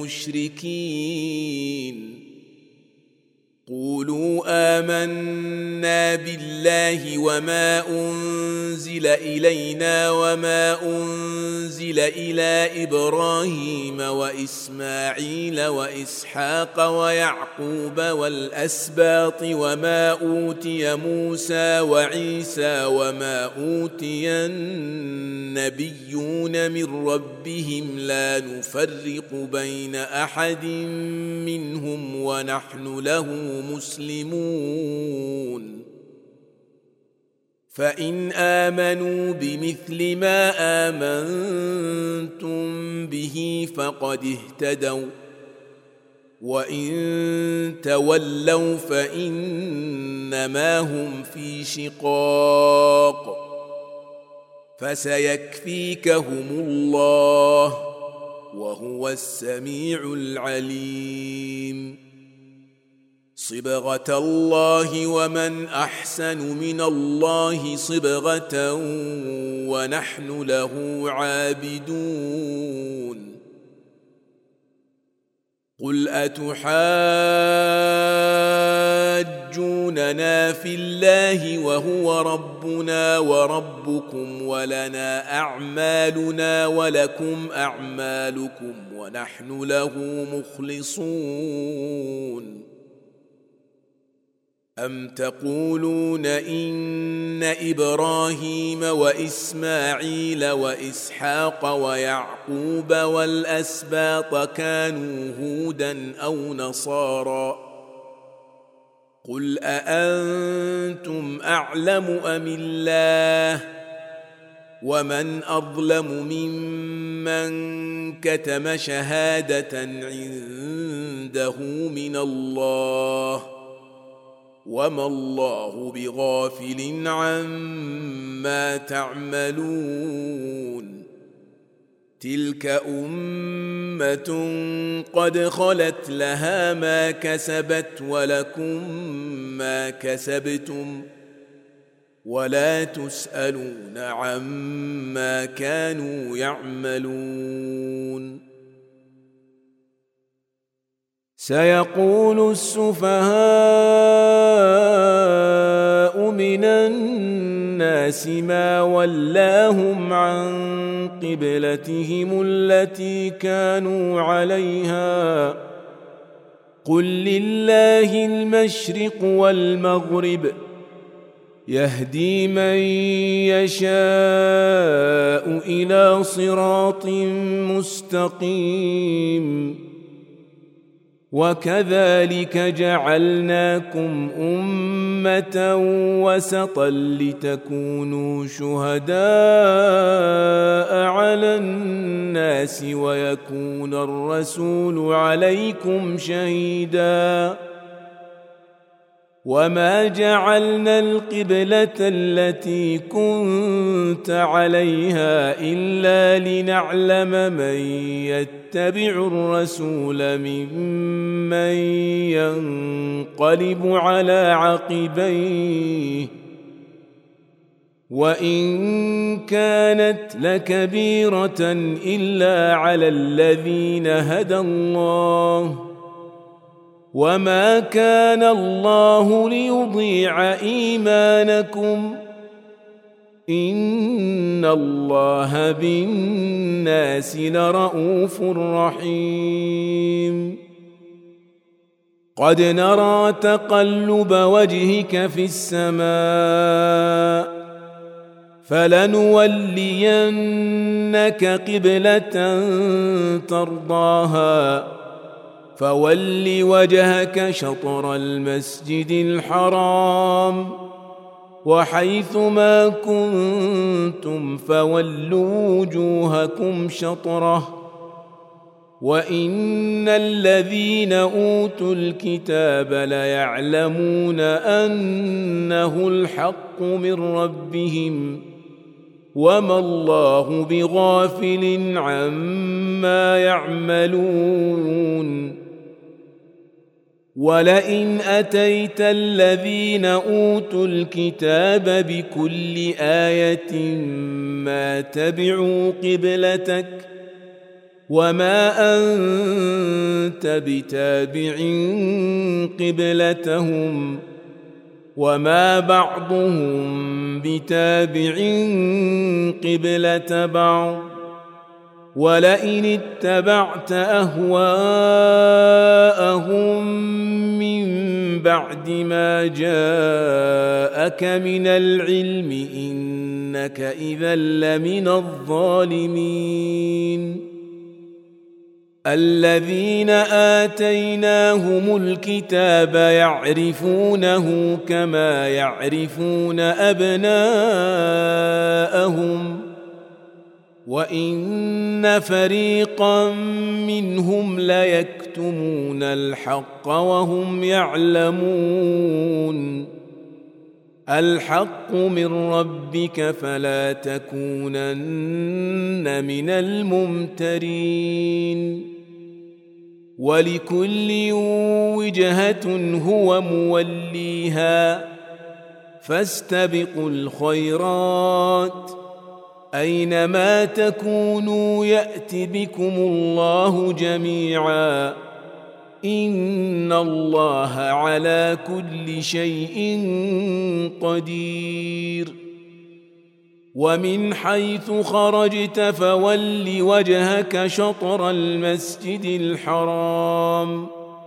المشركين قولوا آمنا بالله وما أنزل إلينا وما أنزل إلى إبراهيم وإسماعيل وإسحاق ويعقوب والأسباط وما أوتي موسى وعيسى وما أوتي النبيون من ربهم لا نفرق بين أحد منهم ونحن له مسلمون فإن آمنوا بمثل ما آمنتم به فقد اهتدوا وإن تولوا فإنما هم في شقاق فسيكفيكهم الله وهو السميع العليم صبغة الله ومن أحسن من الله صبغة ونحن له عابدون قل أتحاجوننا في الله وهو ربنا وربكم ولنا أعمالنا ولكم أعمالكم ونحن له مخلصون أم تقولون إن إبراهيم وإسماعيل وإسحاق ويعقوب والأسباط كانوا هودا أو نصارى قل أأنتم أعلم أم الله ومن أظلم ممن كتم شهادة عنده من الله وما الله بغافل عما تعملون تلك أمة قد خلت لها ما كسبت ولكم ما كسبتم ولا تسألون عما كانوا يعملون سيقول السفهاء من الناس ما ولاهم عن قبلتهم التي كانوا عليها قل لله المشرق والمغرب يهدي من يشاء إلى صراط مستقيم وكذلك جعلناكم أمة وسطا لتكونوا شهداء على الناس ويكون الرسول عليكم شهيدا وما جعلنا القبلة التي كنت عليها إلا لنعلم من يتبع الرسول ممن ينقلب على عقبيه وإن كانت لكبيرة إلا على الذين هدى الله وما كان الله ليضيع إيمانكم إن الله بالناس لرءوف رحيم قد نرى تقلب وجهك في السماء فلنولينك قبلة ترضاها فول وجهك شطر المسجد الحرام وحيث ما كنتم فولوا وجوهكم شطره وإن الذين أوتوا الكتاب ليعلمون أنه الحق من ربهم وما الله بغافل عما يعملون ولئن أتيت الذين أوتوا الكتاب بكل آية ما تبعوا قبلتك وما أنت بتابع قبلتهم وما بعضهم بتابع قبلة بعض ولئن اتبعت أهواءهم من بعد ما جاءك من العلم إنك إذا لمن الظالمين الذين آتيناهم الكتاب يعرفونه كما يعرفون أبناءهم وإن فريقا منهم ليكتمون الحق وهم يعلمون الحق من ربك فلا تكونن من الممترين ولكل وجهة هو موليها فاستبقوا الخيرات أينما تكونوا يأت بكم الله جميعا إن الله على كل شيء قدير ومن حيث خرجت فول وجهك شطر المسجد الحرام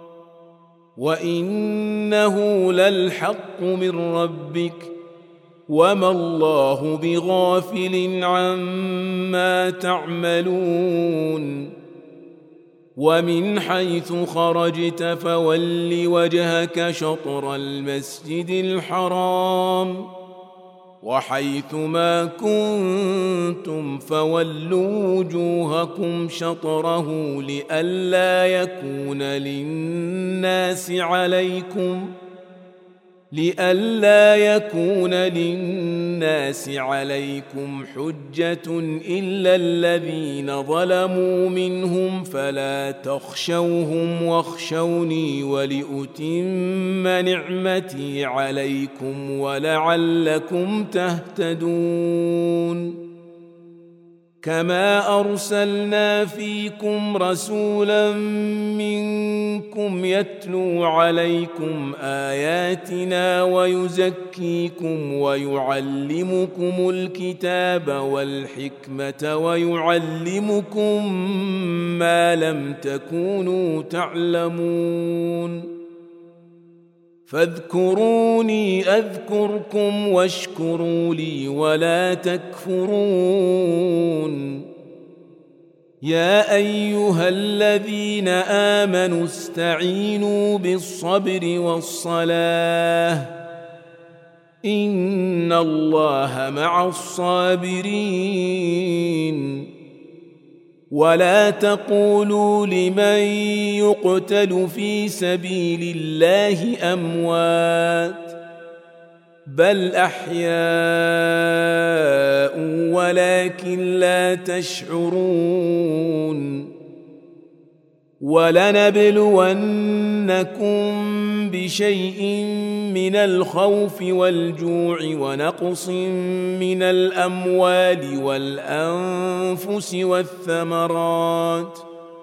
وإنه للحق من ربك وما الله بغافل عما تعملون ومن حيث خرجت فول وجهك شطر المسجد الحرام وحيث ما كنتم فولوا وجوهكم شطره لئلا يكون للناس عليكم لئلا يكون للناس عليكم حجة إلا الذين ظلموا منهم فلا تخشوهم واخشوني ولأتم نعمتي عليكم ولعلكم تهتدون كما أرسلنا فيكم رسولا منكم يتلو عليكم آياتنا ويزكيكم ويعلمكم الكتاب والحكمة ويعلمكم ما لم تكونوا تعلمون فاذكروني أذكركم واشكروا لي ولا تكفرون يا أيها الذين آمنوا استعينوا بالصبر والصلاة إن الله مع الصابرين ولا تقولوا لمن يقتل في سبيل الله أموات بل أحياء ولكن لا تشعرون ولنبلونكم بشيء من الخوف والجوع ونقص من الأموال والأنفس والثمرات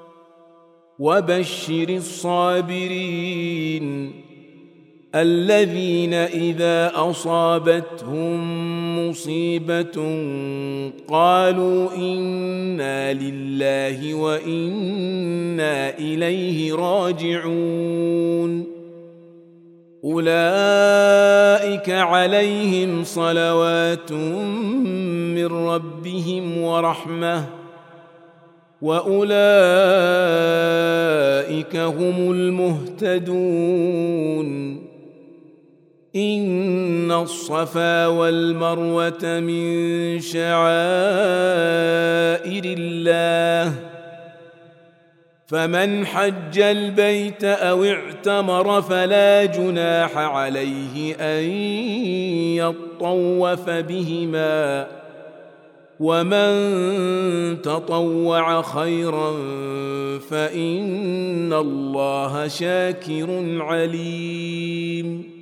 وبشر الصابرين الذين إذا أصابتهم مصيبة قالوا إنا لله وإنا إليه راجعون أولئك عليهم صلوات من ربهم ورحمة وأولئك هم المهتدون إن الصفا والمروة من شعائر الله فمن حج البيت أو اعتمر فلا جناح عليه أن يطوف بهما ومن تطوع خيرا فإن الله شاكر عليم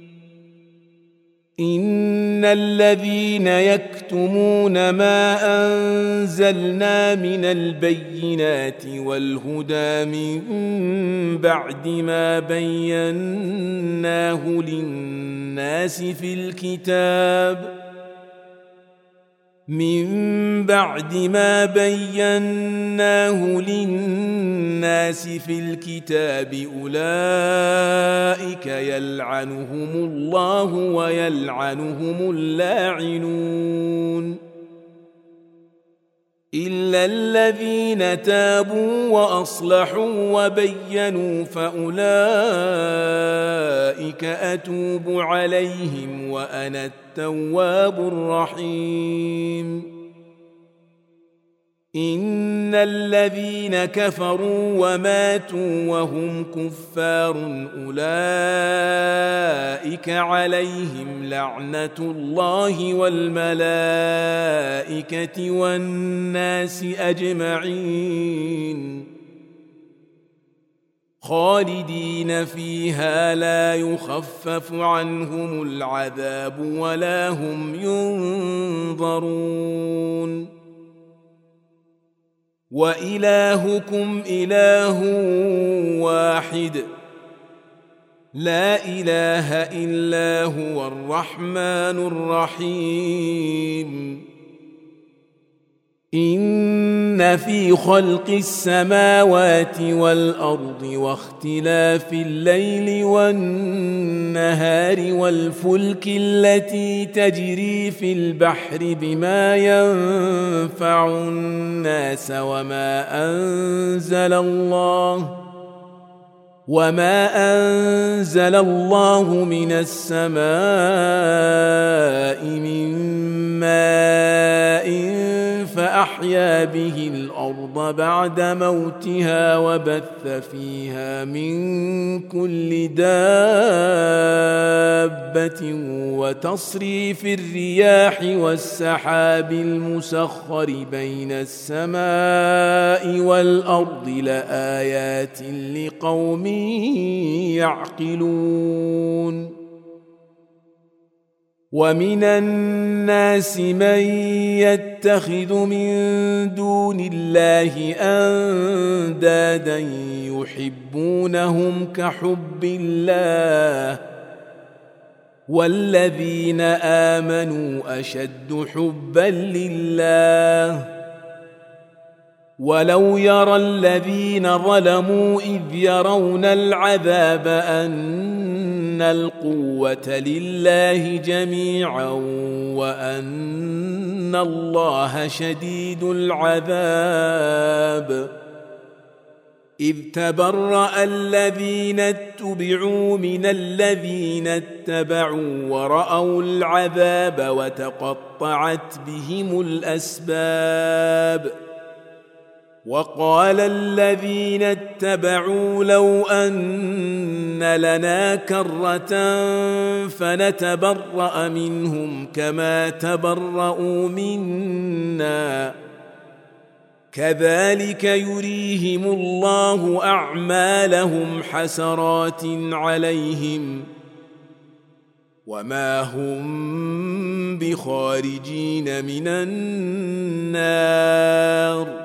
إن الذين يكتمون ما أنزلنا من البينات والهدى من بعد ما بيناه للناس في الكتاب من بعد ما بيناه للناس في الكتاب أولئك يلعنهم الله ويلعنهم اللاعنون إلا الذين تابوا وأصلحوا وبينوا فأولئك أتوب عليهم وأنا التواب الرحيم إن الذين كفروا وماتوا وهم كفار أولئك عليهم لعنة الله والملائكة والناس أجمعين خالدين فيها لا يخفف عنهم العذاب ولا هم ينظرون وإلهكم إله واحد لا إله إلا هو الرحمن الرحيم إن في خلق السماوات والأرض واختلاف الليل والنهار والفلك التي تجري في البحر بما ينفع الناس وما أنزل الله وما أنزل الله من السماء من ماء فأحيا به الأرض بعد موتها وبث فيها من كل دابة وتصريف الرياح والسحاب المسخر بين السماء والأرض لآيات لقوم يعقلون ومن الناس من يتخذ من دون الله أندادا يحبونهم كحب الله والذين آمنوا أشد حبا لله ولو يرى الذين ظلموا إذ يرون العذاب أن القوة لله جميعا وأن الله شديد العذاب إذ تبرأ الذين اتبعوا من الذين اتبعوا ورأوا العذاب وتقطعت بهم الأسباب وقال الذين اتبعوا لو أن لنا كرة فنتبرأ منهم كما تبرأوا منا كذلك يريهم الله أعمالهم حسرات عليهم وما هم بخارجين من النار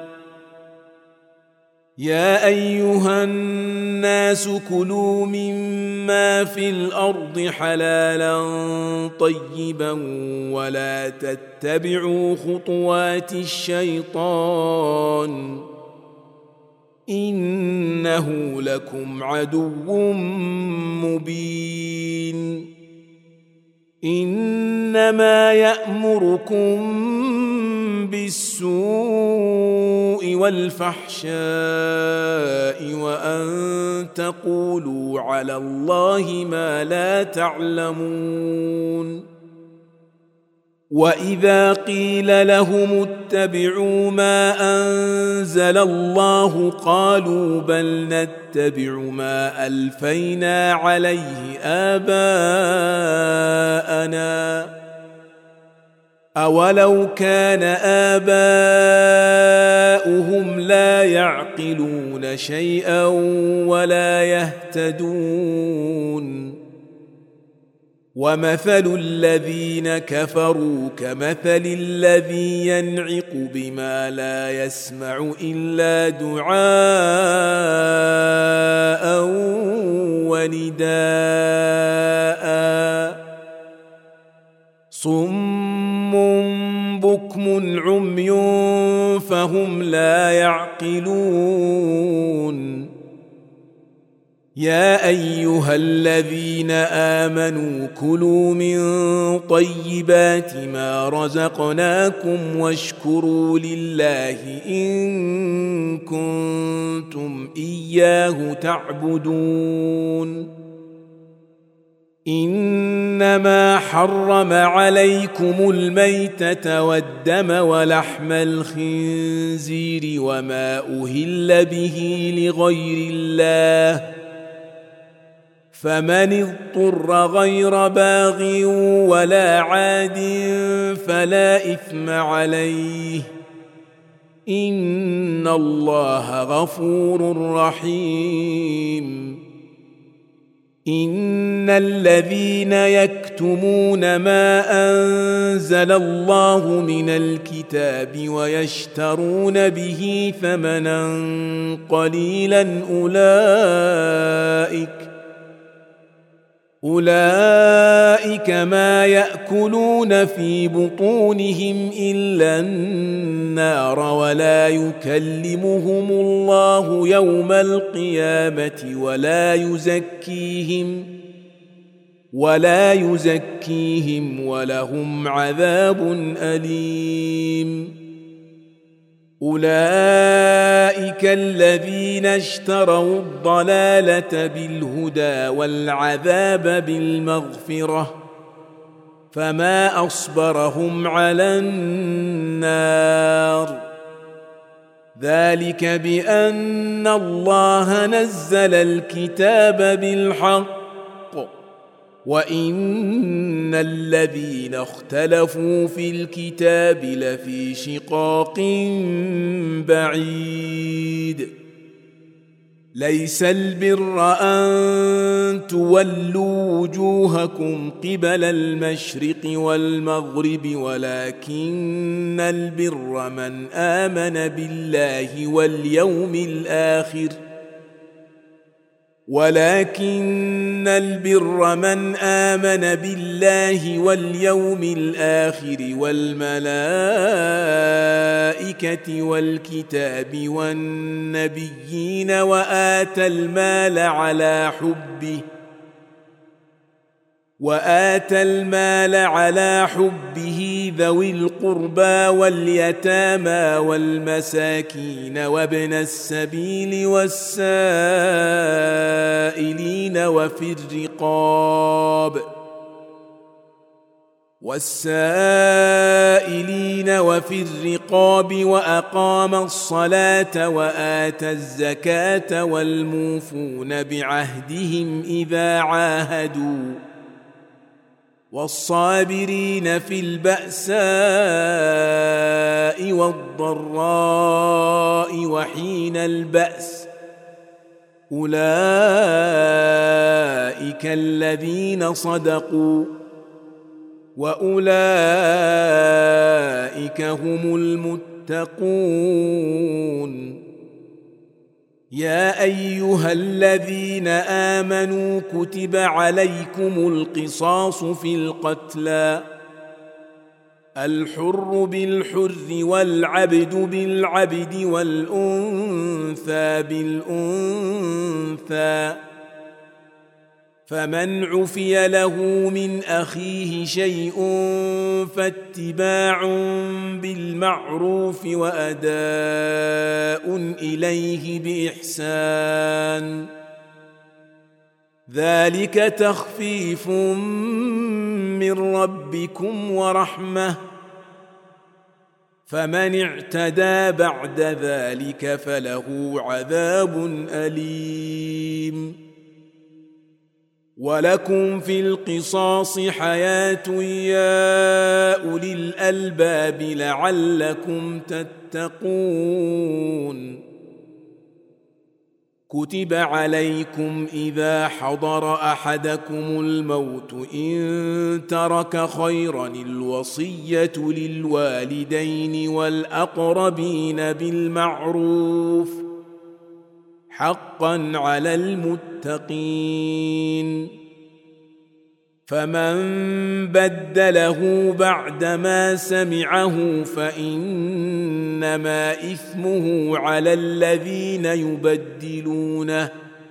يا أيها الناس كلوا مما في الأرض حلالا طيبا ولا تتبعوا خطوات الشيطان إنه لكم عدو مبين إنما يأمركم بالسوء والفحشاء وأن تقولوا على الله ما لا تعلمون وإذا قيل لهم اتبعوا ما أنزل الله قالوا بل نتبع ما ألفينا عليه آباءنا أولو كان آباؤهم لا يعقلون شيئا ولا يهتدون ومثل الذين كفروا كمثل الذي ينعق بما لا يسمع إلا دعاء ونداء صم بكم عمي فهم لا يعقلون يا أيها الذين آمنوا كلوا من طيبات ما رزقناكم واشكروا لله إن كنتم إياه تعبدون إنما حرم عليكم الميتة والدم ولحم الخنزير وما أهل به لغير الله فمن اضطر غير باغ ولا عاد فلا إثم عليه إن الله غفور رحيم إن الذين يكتمون ما أنزل الله من الكتاب ويشترون به ثمنا قليلا أولئك أولئك ما يأكلون في بطونهم إلا النار ولا يكلمهم الله يوم القيامة ولا يزكيهم ولا يزكيهم ولهم عذاب أليم أولئك الذين اشتروا الضلالة بالهدى والعذاب بالمغفرة فما أصبرهم على النار ذلك بأن الله نزل الكتاب بالحق وإن الذين اختلفوا في الكتاب لفي شقاق بعيد ليس البر أن تولوا وجوهكم قبل المشرق والمغرب ولكن البر من آمن بالله واليوم الآخر ولكن البر من آمن بالله واليوم الآخر والملائكة والكتاب والنبيين وآتى المال على حبه وآتى المال على حبه ذوي القربى واليتامى والمساكين وابن السبيل والسائلين وفي الرقاب والسائلين وفي الرقاب وأقام الصلاة وآتى الزكاة والموفون بعهدهم إذا عاهدوا والصابرين في البأساء والضراء وحين البأس أولئك الذين صدقوا وأولئك هم المتقون يا أيها الذين آمنوا كتب عليكم القصاص في القتلى الحر بالحر والعبد بالعبد والأنثى بالأنثى، فمن عفي له من أخيه شيء فاتباع بالمعروف وأداء إليه بإحسان، ذلك تخفيف من ربكم ورحمة، فمن اعتدى بعد ذلك فله عذاب أليم. ولكم في القصاص حياة يا أولي الألباب لعلكم تتقون. كتب عليكم إذا حضر أحدكم الموت إن ترك خيرا الوصية للوالدين والأقربين بالمعروف حقا على المتقين، فمن بدله بعدما سمعه فإنما إثمه على الذين يبدلونه،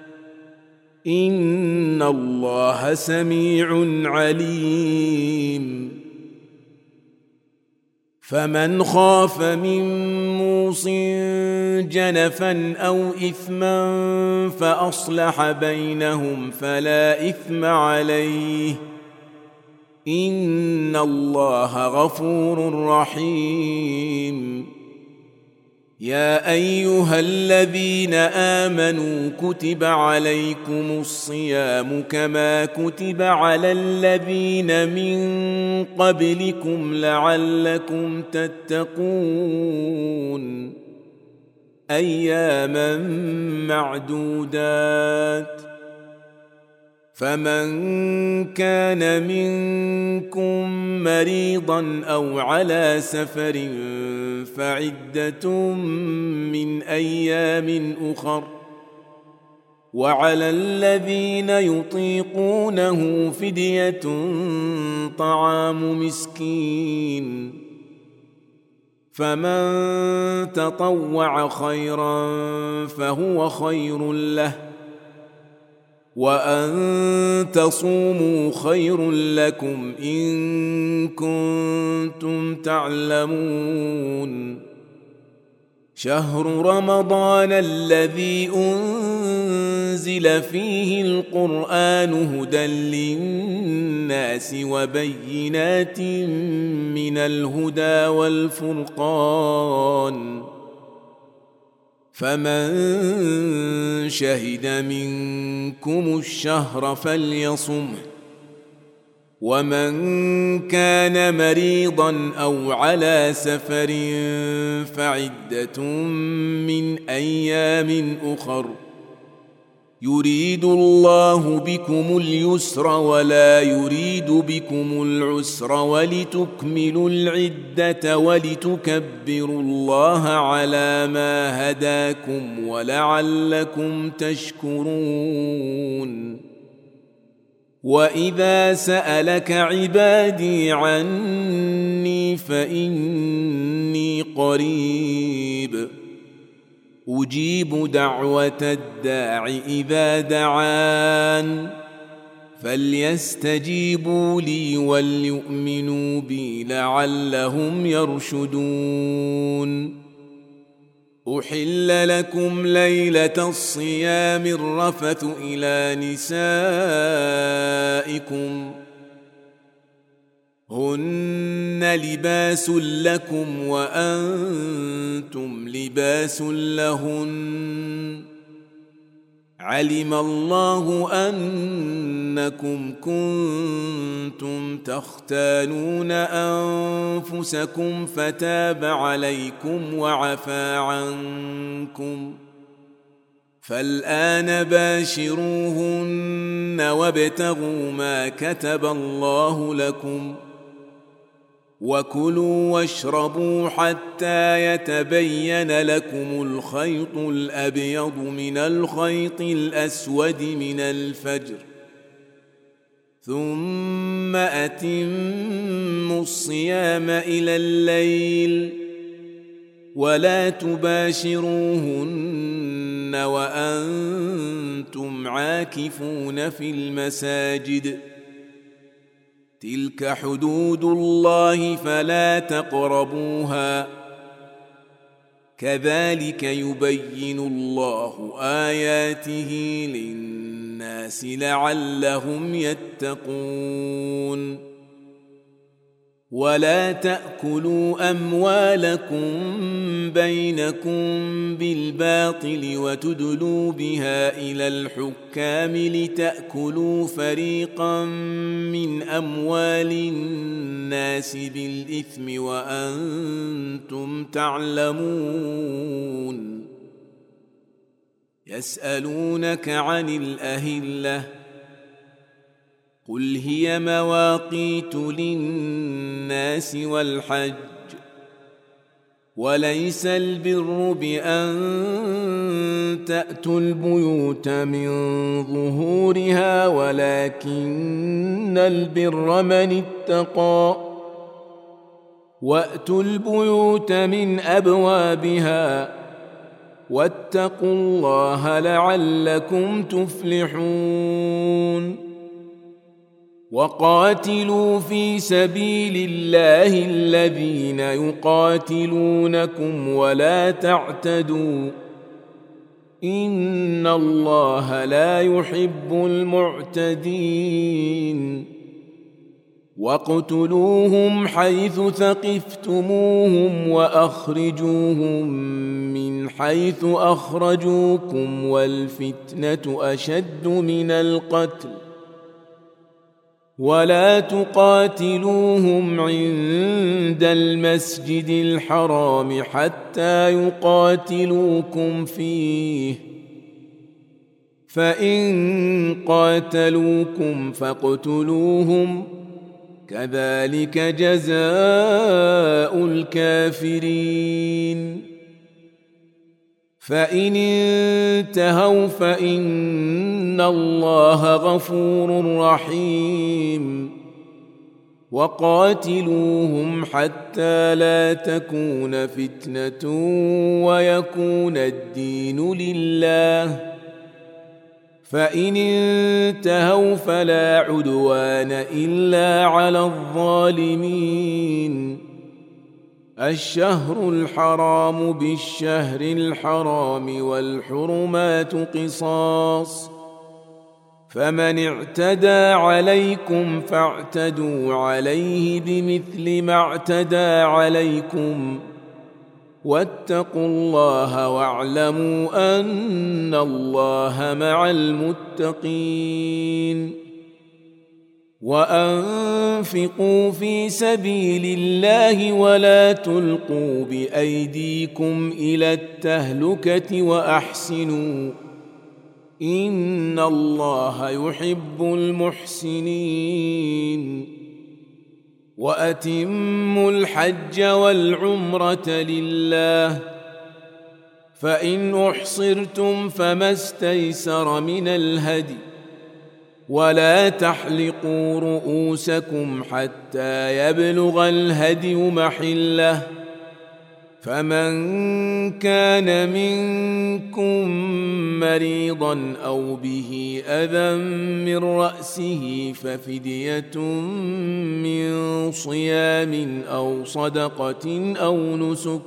إن الله سميع عليم. فمن خاف من موص جنفا أو إثما فأصلح بينهم فلا إثم عليه، إن الله غفور رحيم. يا أيها الذين آمنوا كتب عليكم الصيام كما كتب على الذين من قبلكم لعلكم تتقون، أياما معدودات. فمن كان منكم مريضا أو على سفر فعدة من أيام أخر، وعلى الذين يطيقونه فدية طعام مسكين، فمن تطوع خيرا فهو خير له، وأن تصوموا خير لكم إن كنتم تعلمون. شهر رمضان الذي أنزل فيه القرآن هدى للناس وبينات من الهدى والفرقان، فمن شهد منكم الشهر فليصمه، ومن كان مريضا أو على سفر فعدة من أيام أخر، يريد الله بكم اليسر ولا يريد بكم العسر ولتكملوا العدة ولتكبروا الله على ما هداكم ولعلكم تشكرون. وإذا سألك عبادي عني فإني قريب أجيب دعوة الداع إذا دعان، فليستجيبوا لي وليؤمنوا بي لعلهم يرشدون. أحل لكم ليلة الصيام الرفث إلى نسائكم هن لباس لكم وأنتم لباس لهن، علم الله أنكم كنتم تختانون أنفسكم فتاب عليكم وعفى عنكم، فالآن باشروهن وابتغوا ما كتب الله لكم، وكلوا واشربوا حتى يتبين لكم الخيط الأبيض من الخيط الأسود من الفجر، ثم أتموا الصيام إلى الليل ولا تباشروهن وأنتم عاكفون في المساجد تلك حدود الله فلا تقربوها كذلك يبين الله آياته للناس لعلهم يتقون ولا تأكلوا أموالكم بينكم بالباطل وتدلوا بها إلى الحكام لتأكلوا فريقا من أموال الناس بالإثم وأنتم تعلمون يسألونك عن الأهلة قل هي مواقيت للناس والحج وليس البر بأن تأتوا البيوت من ظهورها ولكن البر من اتقى وأتوا البيوت من أبوابها واتقوا الله لعلكم تفلحون وقاتلوا في سبيل الله الذين يقاتلونكم ولا تعتدوا إن الله لا يحب المعتدين واقتلوهم حيث ثقفتموهم وأخرجوهم من حيث أخرجوكم والفتنة أشد من القتل ولا تقاتلوهم عند المسجد الحرام حتى يقاتلوكم فيه فإن قاتلوكم فاقتلوهم كذلك جزاء الكافرين فإن انتهوا فإن الله غفور رحيم وقاتلوهم حتى لا تكون فتنة ويكون الدين لله فإن انتهوا فلا عدوان إلا على الظالمين الشهر الحرام بالشهر الحرام والحرمات قصاص فمن اعتدى عليكم فاعتدوا عليه بمثل ما اعتدى عليكم واتقوا الله واعلموا أن الله مع المتقين وأنفقوا في سبيل الله ولا تلقوا بأيديكم إلى التهلكة وأحسنوا إن الله يحب المحسنين وأتموا الحج والعمرة لله فإن أحصرتم فما استيسر من الهدي ولا تحلقوا رؤوسكم حتى يبلغ الهدي محله فمن كان منكم مريضا أو به أذى من رأسه ففدية من صيام أو صدقة أو نسك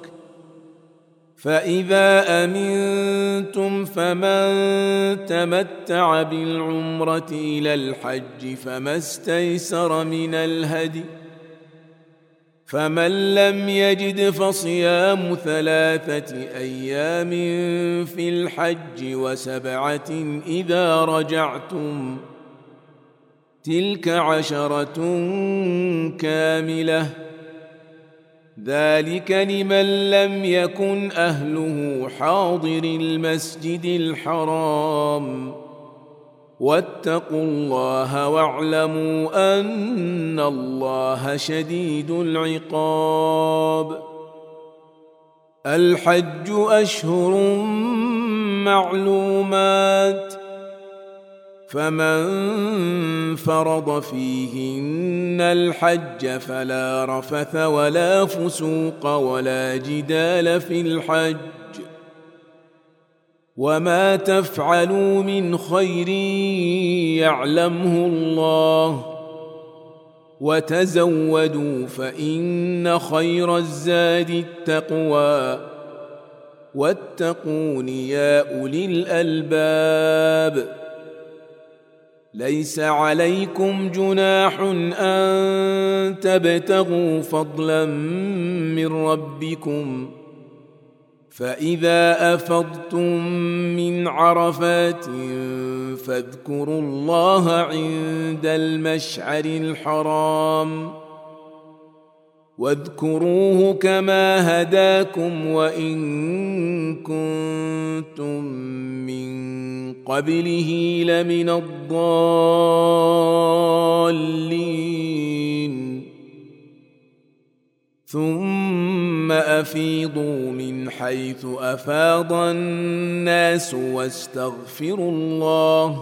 فإذا أمنتم فمن تمتع بالعمرة إلى الحج فما استيسر من الهدي فمن لم يجد فصيام ثلاثة أيام في الحج وسبعة إذا رجعتم تلك عشرة كاملة ذلك لمن لم يكن أهله حاضر المسجد الحرام واتقوا الله واعلموا أن الله شديد العقاب الحج أشهر معلومات فمن فرض فيهن الحج فلا رفث ولا فسوق ولا جدال في الحج وما تفعلوا من خير يعلمه الله وتزودوا فإن خير الزاد التقوى واتقون يا أولي الألباب ليس عليكم جناح أن تبتغوا فضلا من ربكم فإذا أفضتم من عرفات فاذكروا الله عند المشعر الحرام واذكروه كما هداكم وإن كنتم من قبله لمن الضالين ثم أفيضوا من حيث أفاض الناس واستغفروا الله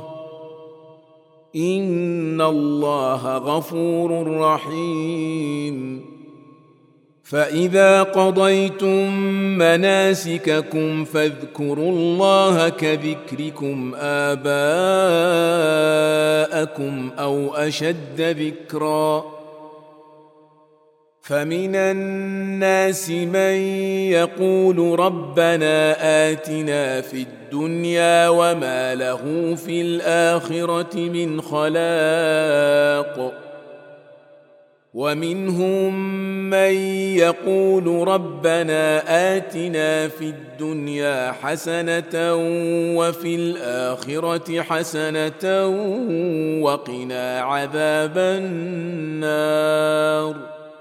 إن الله غفور رحيم فإذا قضيتم مناسككم فاذكروا الله كذكركم آباءكم أو أشد ذكرًا فمن الناس من يقول ربنا آتنا في الدنيا وما له في الآخرة من خلاق ومنهم من يقول ربنا آتنا في الدنيا حسنة وفي الآخرة حسنة وقنا عذاب النار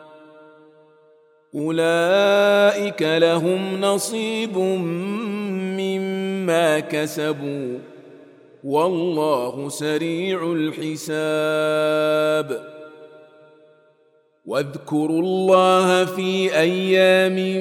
أولئك لهم نصيب مما كسبوا والله سريع الحساب واذكروا الله في أيام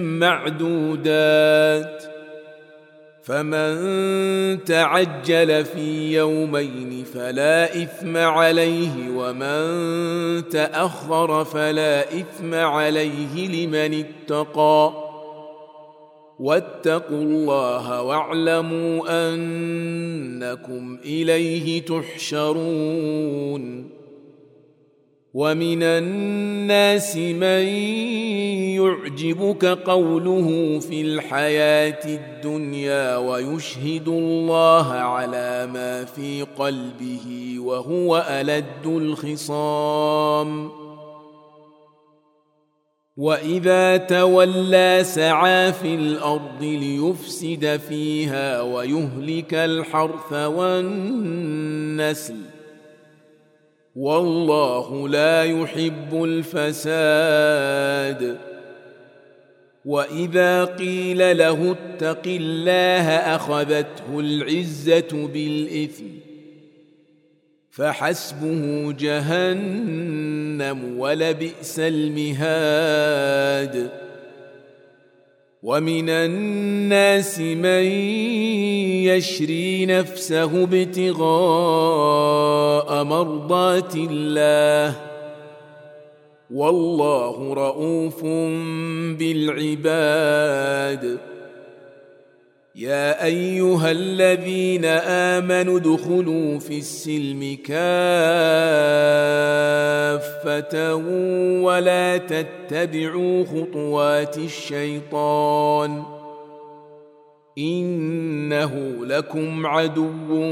معدودات فمن تعجل في يومين فلا إثم عليه ومن تأخر فلا إثم عليه لمن اتقى واتقوا الله واعلموا أنكم إليه تحشرون ومن الناس من يعجبك قوله في الحياة الدنيا ويشهد الله على ما في قلبه وهو ألد الخصام وإذا تولى سعى في الأرض ليفسد فيها ويهلك الحرث والنسل والله لا يحب الفساد وإذا قيل له اتق الله أخذته العزة بالإثم فحسبه جهنم ولبئس المهاد ومن الناس من يشري نفسه ابتغاء مرضات الله والله رؤوف بالعباد يا أيها الذين آمنوا ادخلوا في السلم كافة ولا تتبعوا خطوات الشيطان إنه لكم عدو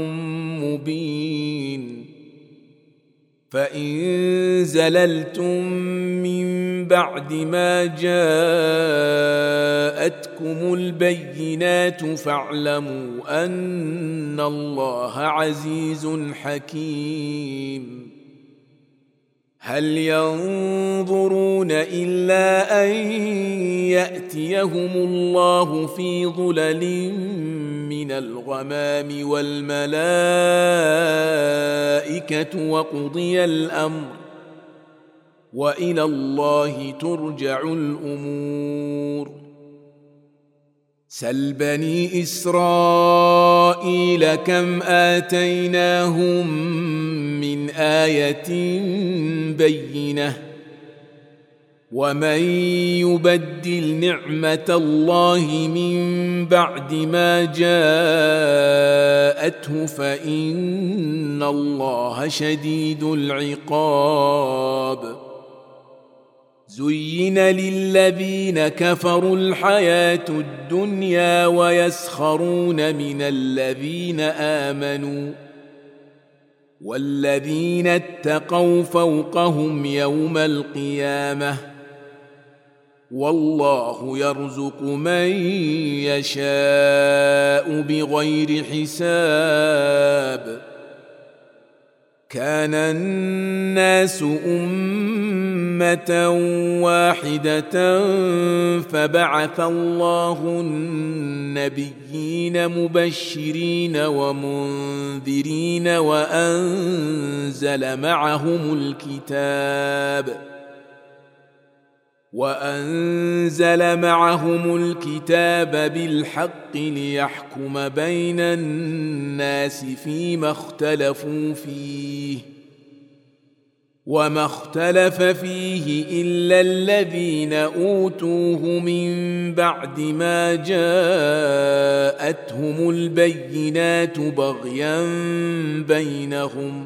مبين فإن زللتم من بعد ما جاءتكم البينات فاعلموا أن الله عزيز حكيم هل ينظرون إلا أن يأتيهم الله في ظلل من الغمام والملائكة وقضي الأمر وإلى الله ترجع الأمور سل بني إسرائيل إسرائيل كم آتيناهم من آية بينة ومن يبدل نعمة الله من بعد ما جاءته فإن الله شديد العقاب زين للذين كفروا الحياة الدنيا ويسخرون من الذين آمنوا والذين اتقوا فوقهم يوم القيامة والله يرزق من يشاء بغير حساب كان الناس أمة واحدة فبعث الله النبيين مبشرين ومنذرين وأنزل معهم الكتاب وأنزل معهم الكتاب بالحق ليحكم بين الناس فيما اختلفوا فيه وما اختلف فيه إلا الذين أوتوه من بعد ما جاءتهم البينات بغيا بينهم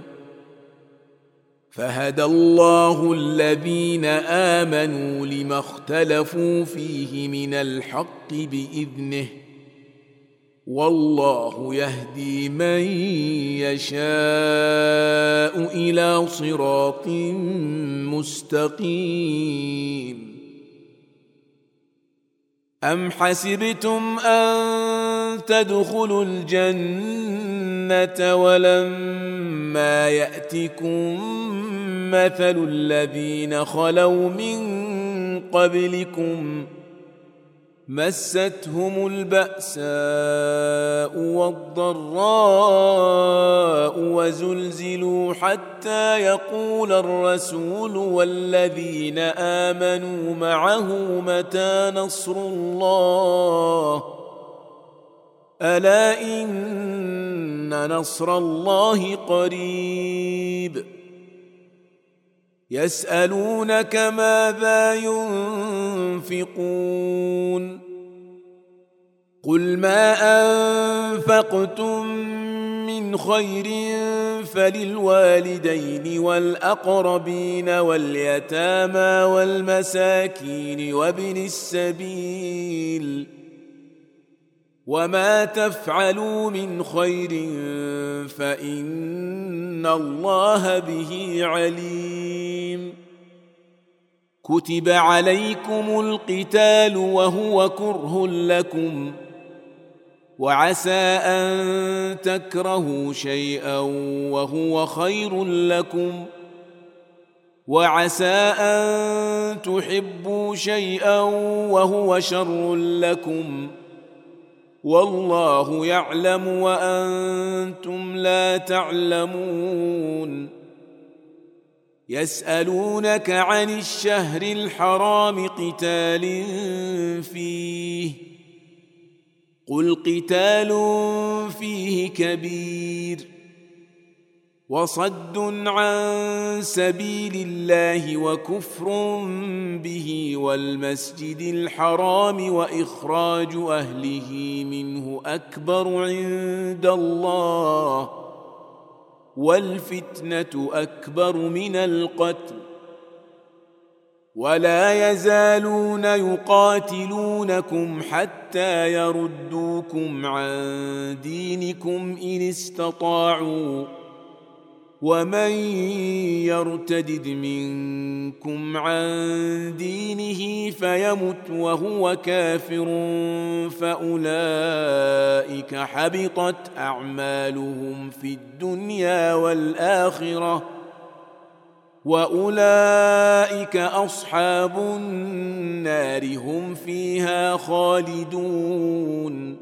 فهدى الله الذين آمنوا لما اختلفوا فيه من الحق بإذنه والله يهدي من يشاء إلى صراط مستقيم أم حسبتم أن تدخلوا الجنة ولما يأتكم مثل الذين خلوا من قبلكم مستهم البأساء والضراء وزلزلوا حتى يقول الرسول والذين آمنوا معه متى نصر الله ألا إن نصر الله قريب يسألونك ماذا ينفقون قل ما أنفقتم من خير فللوالدين والأقربين واليتامى والمساكين وابن السبيل وما تفعلوا من خير فإن الله به عليم كتب عليكم القتال وهو كره لكم وعسى أن تكرهوا شيئا وهو خير لكم وعسى أن تحبوا شيئا وهو شر لكم والله يعلم وأنتم لا تعلمون يسألونك عن الشهر الحرام قتال فيه قل قتال فيه كبير وصد عن سبيل الله وكفر به والمسجد الحرام وإخراج أهله منه أكبر عند الله والفتنة أكبر من القتل ولا يزالون يقاتلونكم حتى يردوكم عن دينكم إن استطاعوا ومن يرتدد منكم عن دينه فيمت وهو كافر فأولئك حبطت أعمالهم في الدنيا والآخرة وأولئك أصحاب النار هم فيها خالدون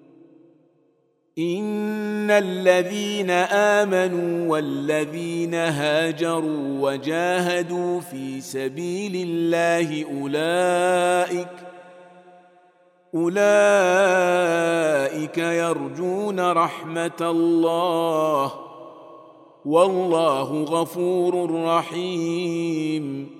إن الذين آمنوا والذين هاجروا وجاهدوا في سبيل الله أولئك أولئك أولئك يرجون رحمة الله والله غفور رحيم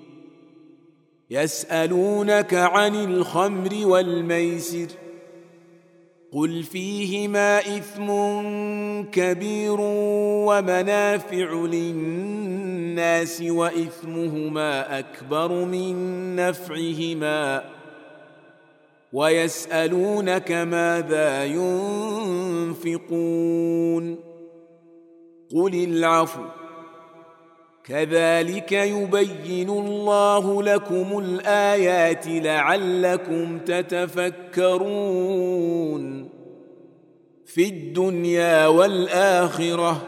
يسألونك عن الخمر والميسر قل فيهما إثم كبير ومنافع للناس وإثمهما أكبر من نفعهما ويسألونك ماذا ينفقون قل العفو كذلك يبين الله لكم الآيات لعلكم تتفكرون في الدنيا والآخرة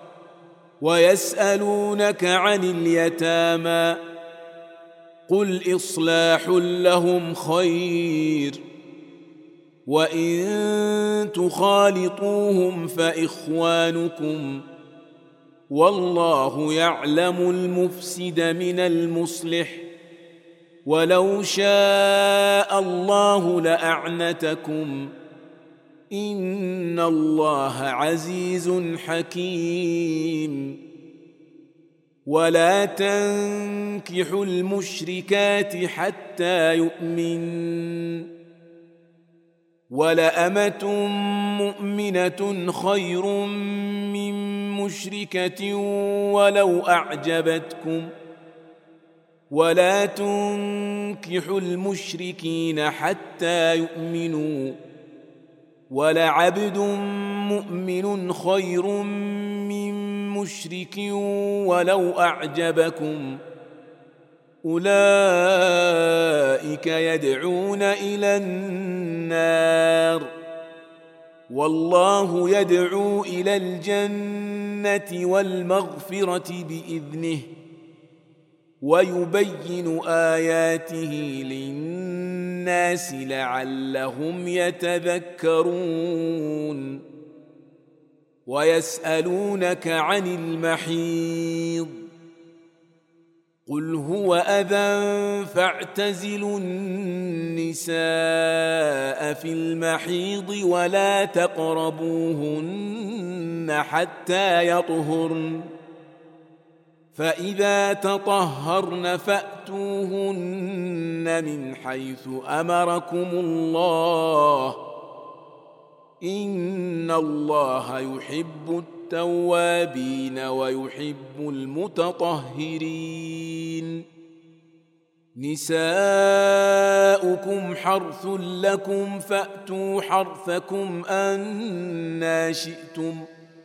ويسألونك عن اليتامى قل إصلاح لهم خير وإن تخالطوهم فإخوانكم والله يعلم المفسد من المصلح ولو شاء الله لأعنتكم إن الله عزيز حكيم ولا تنكحوا المشركات حتى يؤمن ولأمة مؤمنة خير من مشركة ولو أعجبتكم ولا تنكحوا المشركين حتى يؤمنوا ولعبد مؤمن خير من مشرك ولو أعجبكم أولئك يدعون إلى النار والله يدعو إلى الجنة والمغفرة بإذنه ويبين آياته للناس لعلهم يتذكرون ويسألونك عن المحيض قل هو أذى فاعتزلوا النساء في المحيض ولا تقربوهن حتى يطهرن فإذا تطهرن فأتوهن من حيث أمركم الله إن الله يحب التوابين ويحب المتطهرين نساؤكم حرث لكم فأتوا حرثكم أنى شئتم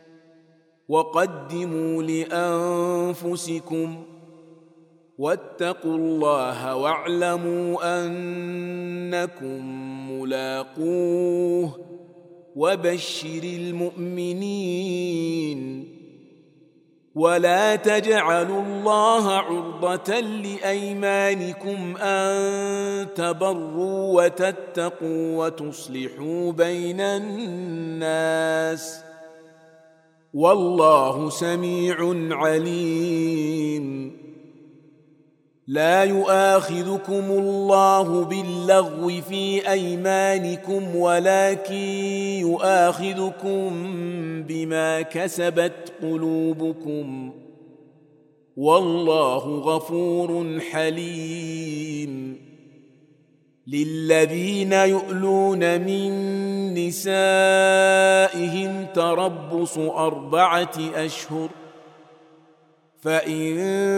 وقدموا لأنفسكم واتقوا الله واعلموا أنكم ملاقوه وبشر المؤمنين ولا تجعلوا الله عرضة لأيمانكم أن تبروا وتتقوا وتصلحوا بين الناس والله سميع عليم لا يؤاخذكم الله باللغو في أيمانكم ولكن يؤاخذكم بما كسبت قلوبكم والله غفور حليم للذين يؤلون من نسائهم تربص أربعة أشهر فإن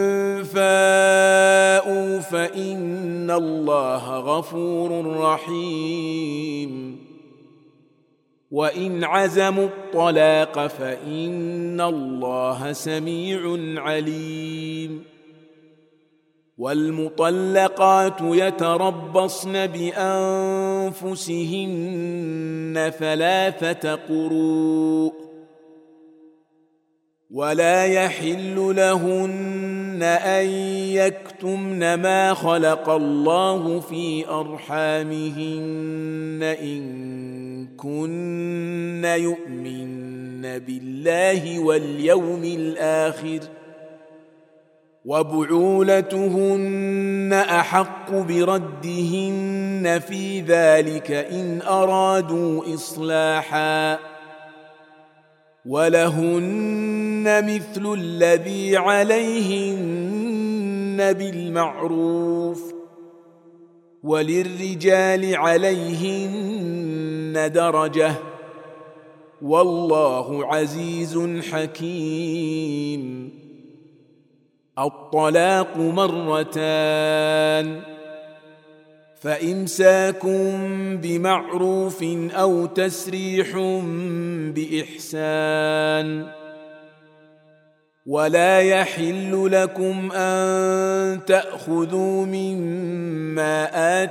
فاءوا فإن الله غفور رحيم وإن عزموا الطلاق فإن الله سميع عليم والمطلقات يتربصن بأنفسهن ثلاثة قروء ولا يحل لهن أن يكتمن ما خلق الله في أرحامهن إن كن يؤمن بالله واليوم الآخر وبعولتهن أحق بردهن في ذلك إن أرادوا إصلاحا ولهن مثل الذي عليهن بالمعروف وللرجال عليهن درجة والله عزيز حكيم. الطلاق مرتان فإمساكم بمعروف أو تسريح بإحسان ولا يحل لكم أن تأخذوا مما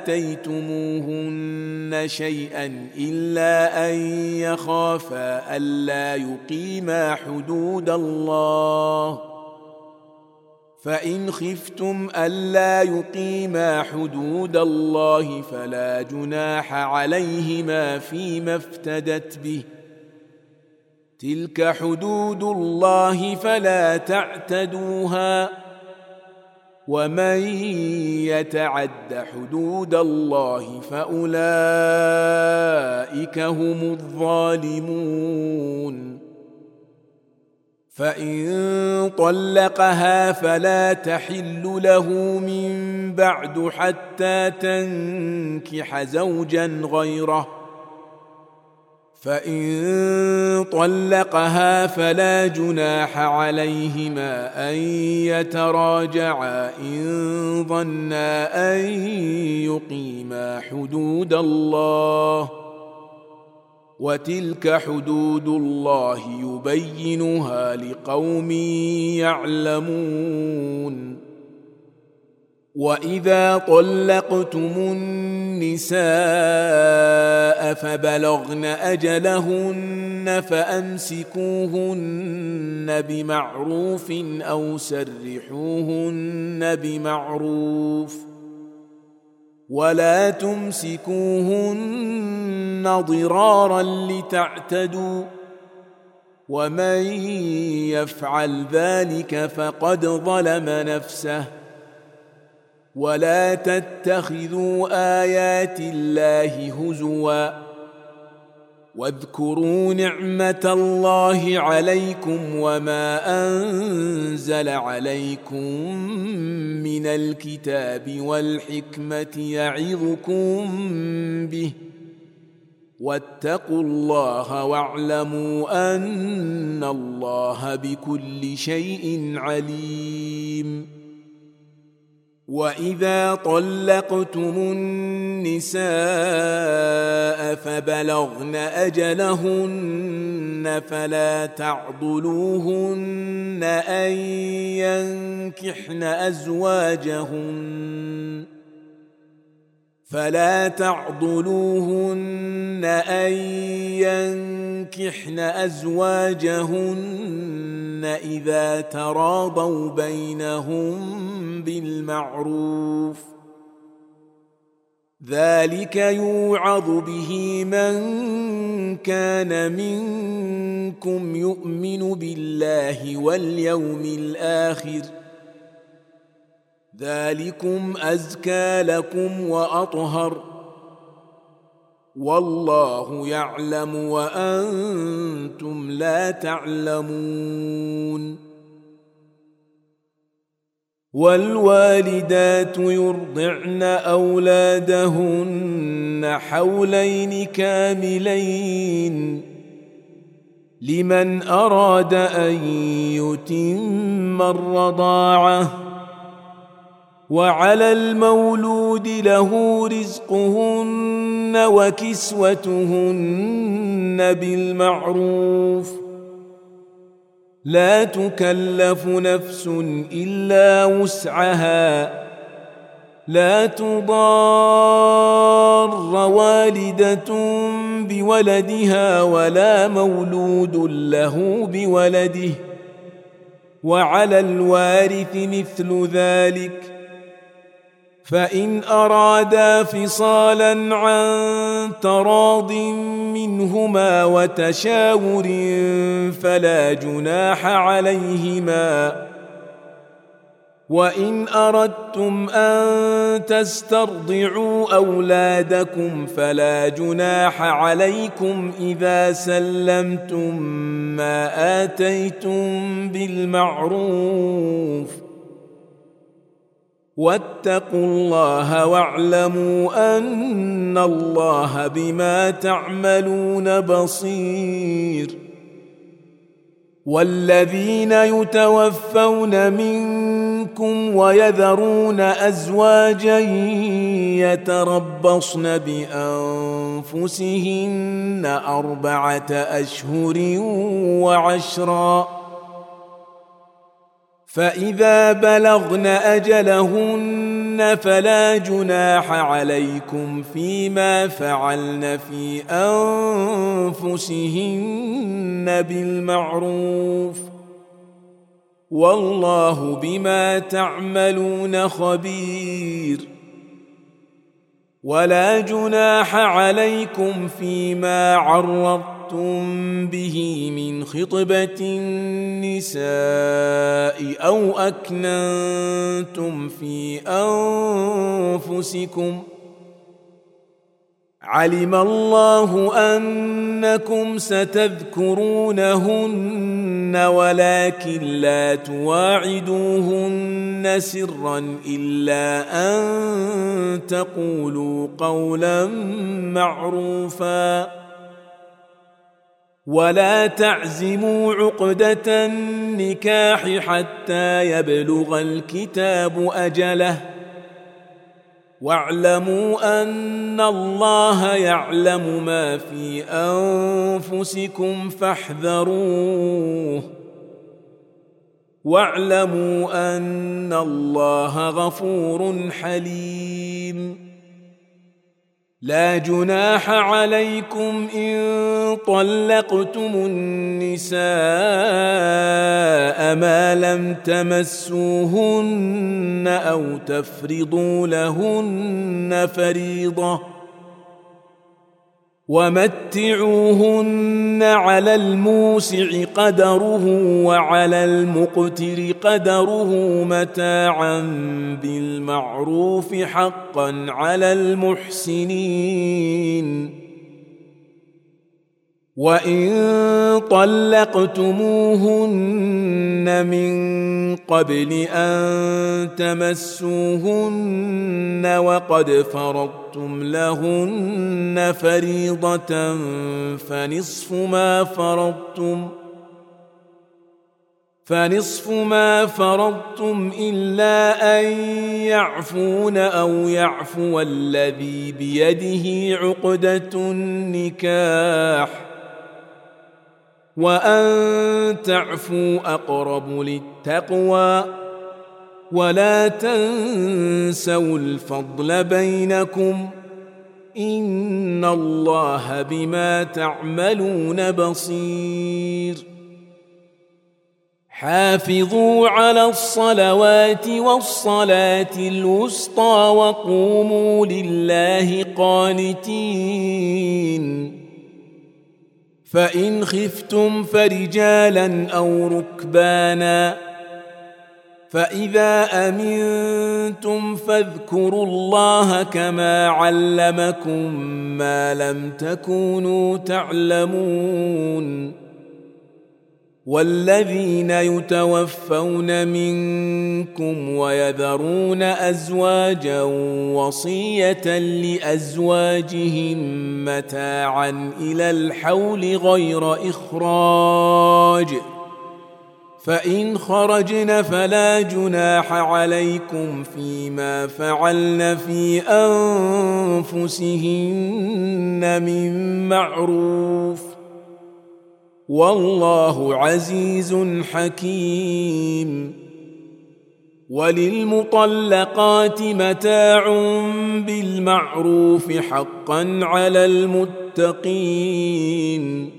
آتيتموهن شيئا إلا أن يخافا ألا يقيما حدود الله فإن خفتم ألا يقيما حدود الله فلا جناح عليهما فيما افتدت به تلك حدود الله فلا تعتدوها ومن يتعد حدود الله فأولئك هم الظالمون. فإن طلقها فلا تحل له من بعد حتى تنكح زوجا غيره فإن طلقها فلا جناح عليهما أن يتراجعا إن ظنا أن يقيما حدود الله وتلك حدود الله يبينها لقوم يعلمون. وإذا طلقتم النساء فبلغن أجلهن فأمسكوهن بمعروف أو سرحوهن بمعروف ولا تمسكوهن ضرارا لتعتدوا ومن يفعل ذلك فقد ظلم نفسه ولا تتخذوا آيات الله هزوا واذكروا نعمة الله عليكم وما أنزل عليكم من الكتاب والحكمة يعظكم به واتقوا الله واعلموا أن الله بكل شيء عليم. وإذا طلقتم النساء فبلغن أجلهن فلا تعضلوهن أن ينكحن أزواجهن فلا تعضلوهن أن ينكحن أزواجهن إذا تراضوا بينهم بالمعروف ذلك يوعظ به من كان منكم يؤمن بالله واليوم الآخر ذلكم أزكى لكم وأطهر والله يعلم وأنتم لا تعلمون. والوالدات يرضعن أولادهن حولين كاملين لمن أراد أن يتم الرضاعة وعلى المولود له رزقهن وكسوتهن بالمعروف لا تكلف نفس إلا وسعها لا تضار والدة بولدها ولا مولود له بولده وعلى الوارث مثل ذلك فإن أرادا فصالا عن تراض منهما وتشاور فلا جناح عليهما وإن أردتم أن تسترضعوا أولادكم فلا جناح عليكم إذا سلمتم ما آتيتم بالمعروف واتقوا الله واعلموا أن الله بما تعملون بصير. والذين يتوفون منكم ويذرون أزواجا يتربصن بأنفسهن أربعة أشهر وعشرا فإذا بلغن أجلهن فلا جناح عليكم فيما فعلن في أنفسهن بالمعروف والله بما تعملون خبير. ولا جناح عليكم فيما عرضتم به من خطبة النساء أو أكننتم في أنفسكم علم الله أنكم ستذكرونهن ولكن لا تواعدوهن سرا إلا أن تقولوا قولا معروفا ولا تعزموا عقدة النكاح حتى يبلغ الكتاب أجله واعلموا أن الله يعلم ما في أنفسكم فاحذروه واعلموا أن الله غفور حليم. لا جناح عليكم إن طلقتم النساء ما لم تمسوهن أو تفرضوا لهن فريضة ومتعوهن على الموسع قدره وعلى المقتر قدره متاعا بالمعروف حقا على المحسنين. وإن طلقتموهن من قبل أن تمسوهن وقد فرضتم لهن فريضة فنصف ما فرضتم فنصف ما فرضتم إلا أن يعفون أو يعفو الذي بيده عقدة النكاح وأن تعفوا أقرب للتقوى ولا تنسوا الفضل بينكم إن الله بما تعملون بصير. حافظوا على الصلوات والصلاة الوسطى وقوموا لله قانتين. فإن خفتم فرجالا أو ركبانا فإذا أمنتم فاذكروا الله كما علمكم ما لم تكونوا تعلمون. والذين يتوفون منكم ويذرون أزواجا وصية لأزواجهم متاعا إلى الحول غير إخراج فإن خرجن فلا جناح عليكم فيما فعلن في أنفسهن من معروف والله عزيز حكيم. وللمطلقات متاع بالمعروف حقا على المتقين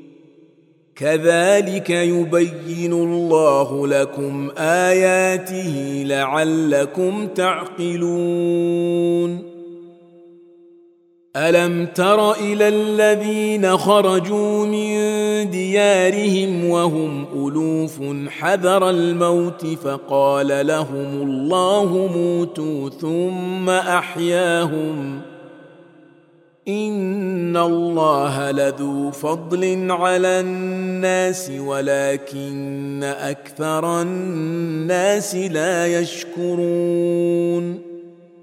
كذلك يبين الله لكم آياته لعلكم تعقلون. ألم تر إلى الذين خرجوا من ديارهم وهم ألوف حذر الموت فقال لهم الله موتوا ثم أحياهم إن الله لذو فضل على الناس ولكن أكثر الناس لا يشكرون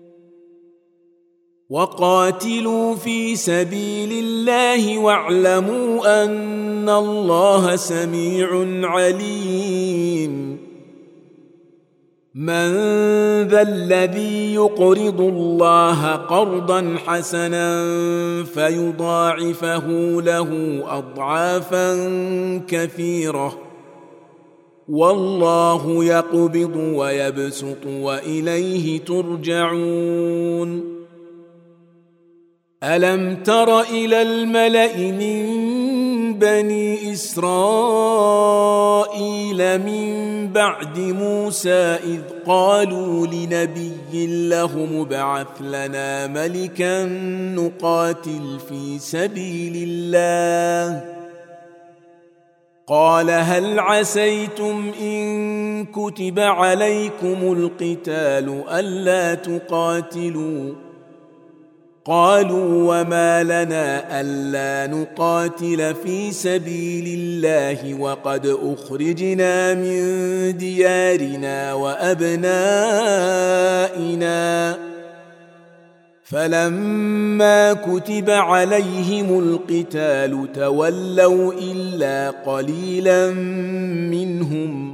وقاتلوا في سبيل الله واعلموا أن الله سميع عليم من ذا الذي يقرض الله قرضا حسنا فيضاعفه له أضعافا كثيرة والله يقبض ويبسط وإليه ترجعون ألم تر إلى الملأ من بني إسرائيل من بعد موسى إذ قالوا لنبي له ابعث لنا ملكا نقاتل في سبيل الله قال هل عسيتم إن كتب عليكم القتال ألا تقاتلوا قالوا وما لنا ألا نقاتل في سبيل الله وقد أخرجنا من ديارنا وأبنائنا فلما كتب عليهم القتال تولوا إلا قليلا منهم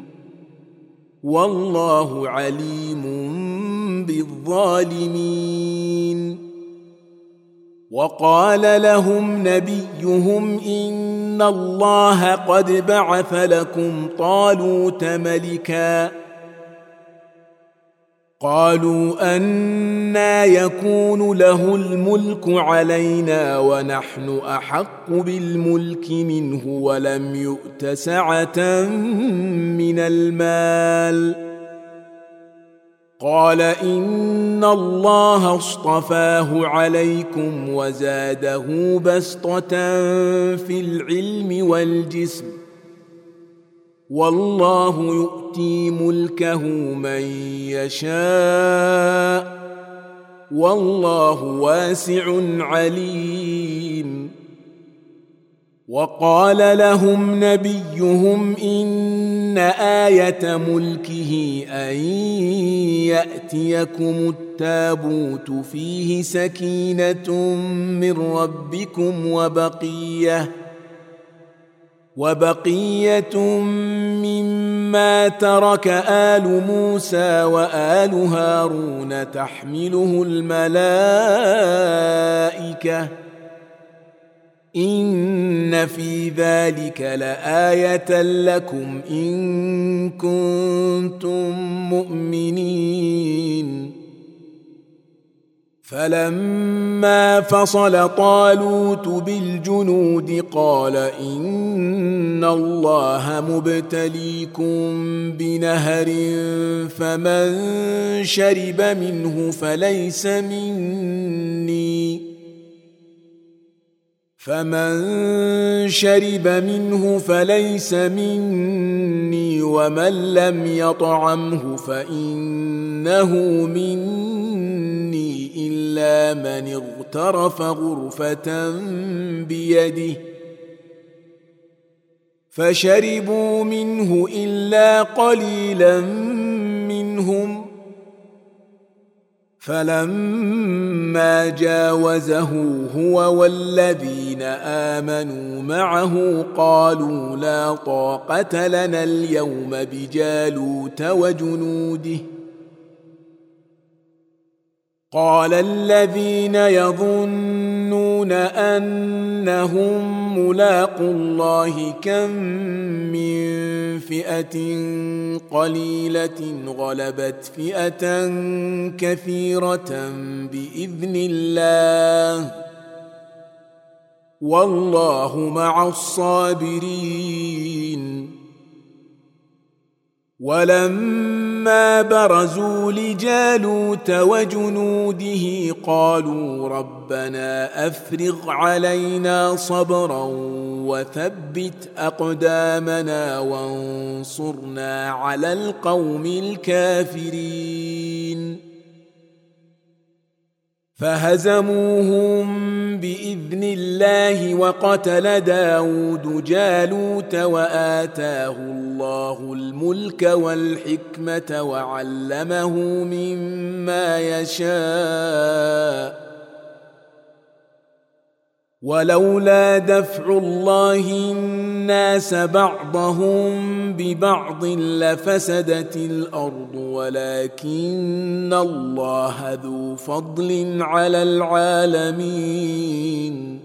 والله عليم بالظالمين وقال لهم نبيهم إن الله قد بعث لكم طالوت ملكا قالوا أنى يكون له الملك علينا ونحن أحق بالملك منه ولم يؤت سعة من المال قال إن الله اصطفاه عليكم وزاده بسطة في العلم والجسم والله يؤتي ملكه من يشاء والله واسع عليم وقال لهم نبيهم إن آية ملكه أن يأتيكم التابوت فيه سكينة من ربكم وبقية وبقية مما ترك آل موسى وآل هارون تحمله الملائكة إن في ذلك لآية لكم إن كنتم مؤمنين فلما فصل طالوت بالجنود قال إن الله مبتليكم بنهر فمن شرب منه فليس مني فمن شرب منه فليس مني ومن لم يطعمه فإنه مني إلا من اغترف غرفة بيده فشربوا منه إلا قليلا منهم فلما جاوزه هو والذين آمنوا معه قالوا لا طاقة لنا اليوم بجالوت وجنوده قال الذين يظنون أنهم ملاقوا الله كم من فئة قليلة غلبت فئة كثيرة بإذن الله والله مع الصابرين ولما فلما برزوا لجالوت وجنوده قالوا ربنا أفرغ علينا صبرا وثبت أقدامنا وانصرنا على القوم الكافرين فهزموهم بإذن الله وقتل داود جالوت وآتاه الله الملك والحكمة وعلمه مما يشاء ولولا دفع الله الناس بعضهم ببعض لفسدت الأرض ولكن الله ذو فضل على العالمين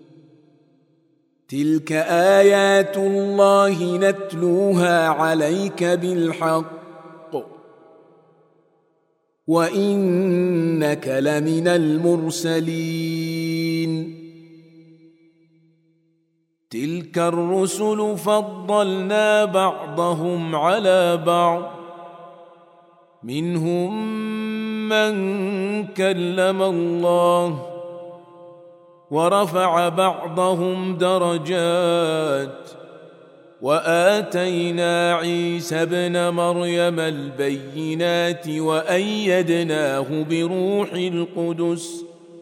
تلك آيات الله نتلوها عليك بالحق وإنك لمن المرسلين تلك الرسل فضلنا بعضهم على بعض منهم من كلم الله ورفع بعضهم درجات وآتينا عيسى ابن مريم البينات وأيدناه بروح القدس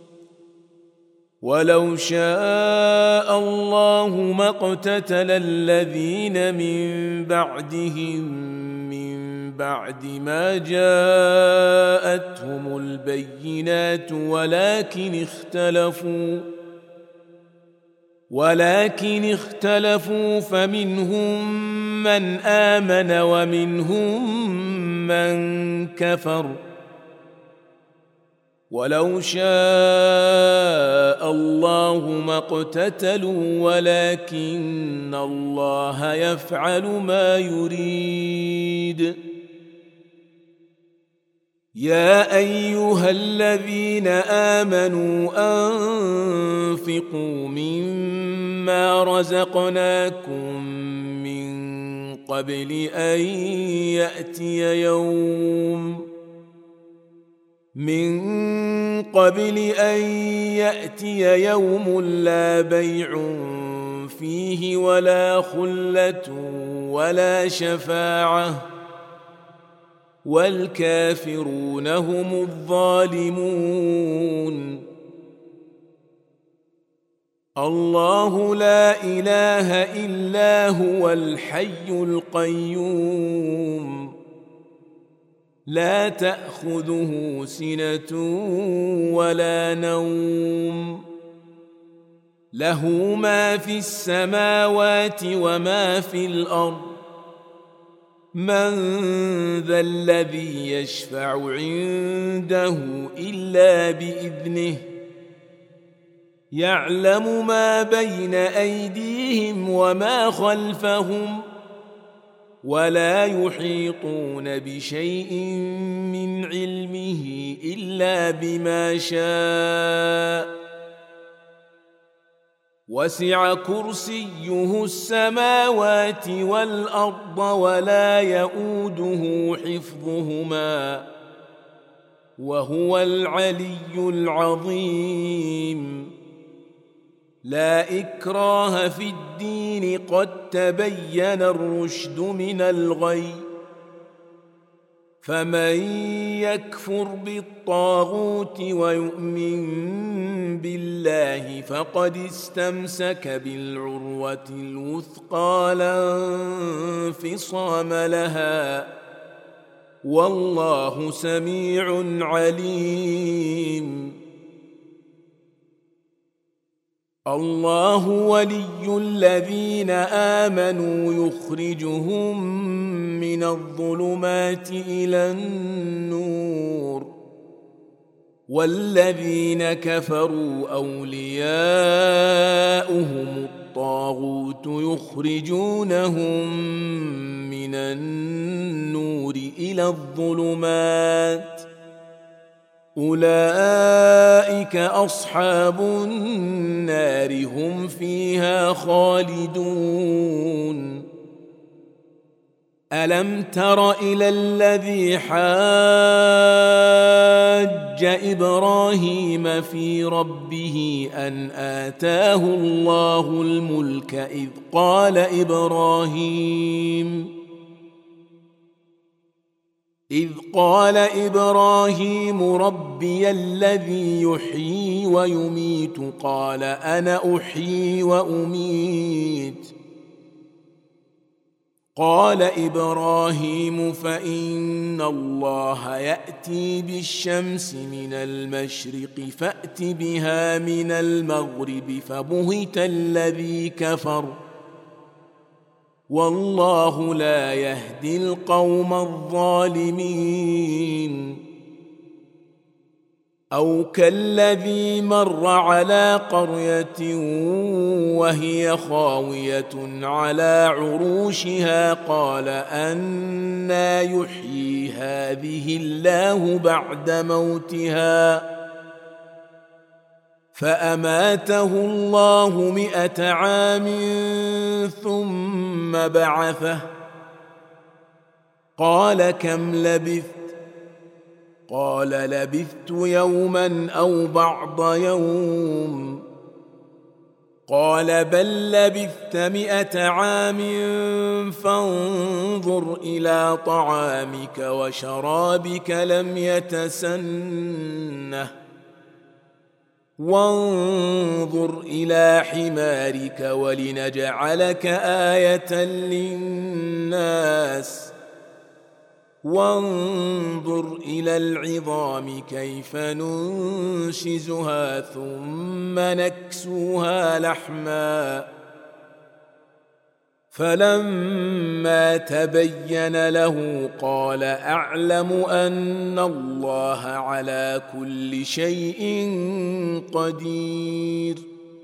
ولو شاء الله ما اقتتل الذين من بعدهم من بعد ما جاءتهم البينات ولكن اختلفوا ولكن اختلفوا فمنهم من آمن ومنهم من كفر ولو شاء الله ما اقتتلوا ولكن الله يفعل ما يريد يا أيها الذين آمنوا أنفقوا مما رزقناكم من قبل أن يأتي يوم من قبل أن يأتي يوم لا بيع فيه ولا خلة ولا شفاعة والكافرون هم الظالمون الله لا إله إلا هو الحي القيوم لا تأخذه سنة ولا نوم له ما في السماوات وما في الأرض من ذا الذي يشفع عنده إلا بإذنه يعلم ما بين أيديهم وما خلفهم ولا يحيطون بشيء من علمه إلا بما شاء وسع كرسيه السماوات والأرض ولا يؤوده حفظهما وهو العلي العظيم لا إكراه في الدين قد تبين الرشد من الغي فمن يكفر بالطاغوت ويؤمن بالله فقد استمسك بالعروة الوثقى لا انفصام لها والله سميع عليم الله ولي الذين آمنوا يخرجهم من الظلمات إلى النور والذين كفروا أولياؤهم الطاغوت يخرجونهم من النور إلى الظلمات أولئك أصحاب النار هم فيها خالدون ألم تر إلى الذي حاج إبراهيم في ربه أن آتاه الله الملك إذ قال إبراهيم إذ قال إبراهيم ربي الذي يحيي ويميت قال أنا أحيي وأميت قال إبراهيم فإن الله يأتي بالشمس من المشرق فأت بها من المغرب فبهت الذي كفر والله لا يهدي القوم الظالمين أو كالذي مر على قرية وهي خاوية على عروشها قال أنى يحيي هذه الله بعد موتها فأماته الله مئة عام ثم بعثه قال كم لبثت قال لبثت يوما أو بعض يوم قال بل لبثت مئة عام فانظر إلى طعامك وشرابك لم يتسنه وانظر إلى حمارك ولنجعلك آية للناس وانظر إلى العظام كيف ننشزها ثم نكسوها لحما فلما تبين له قال أعلم أن الله على كل شيء قدير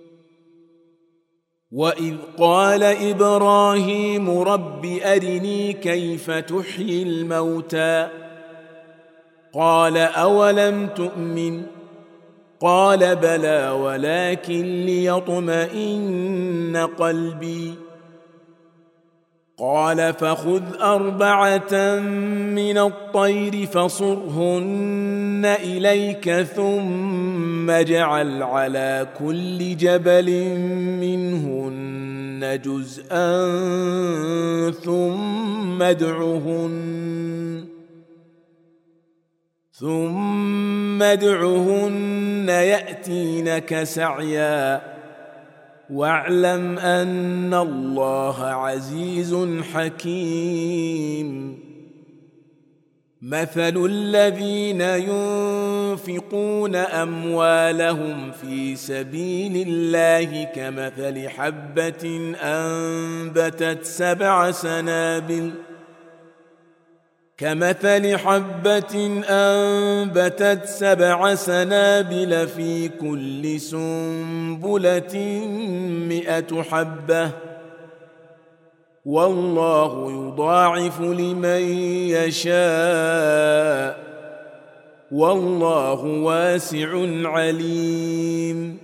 وإذ قال إبراهيم رب أرني كيف تحيي الموتى قال أولم تؤمن قال بلى ولكن ليطمئن قلبي قال فخذ أربعة من الطير فصرهن إليك ثم اجعل على كل جبل منهن جزءا ثم ادعهن ثم ادعهن يأتينك سعيا واعلم أن الله عزيز حكيم مثل الذين ينفقون أموالهم في سبيل الله كمثل حبة أنبتت سبع سنابل كمثل حبة أنبتت سبع سنابل في كل سنبلة مئة حبة والله يضاعف لمن يشاء والله واسع عليم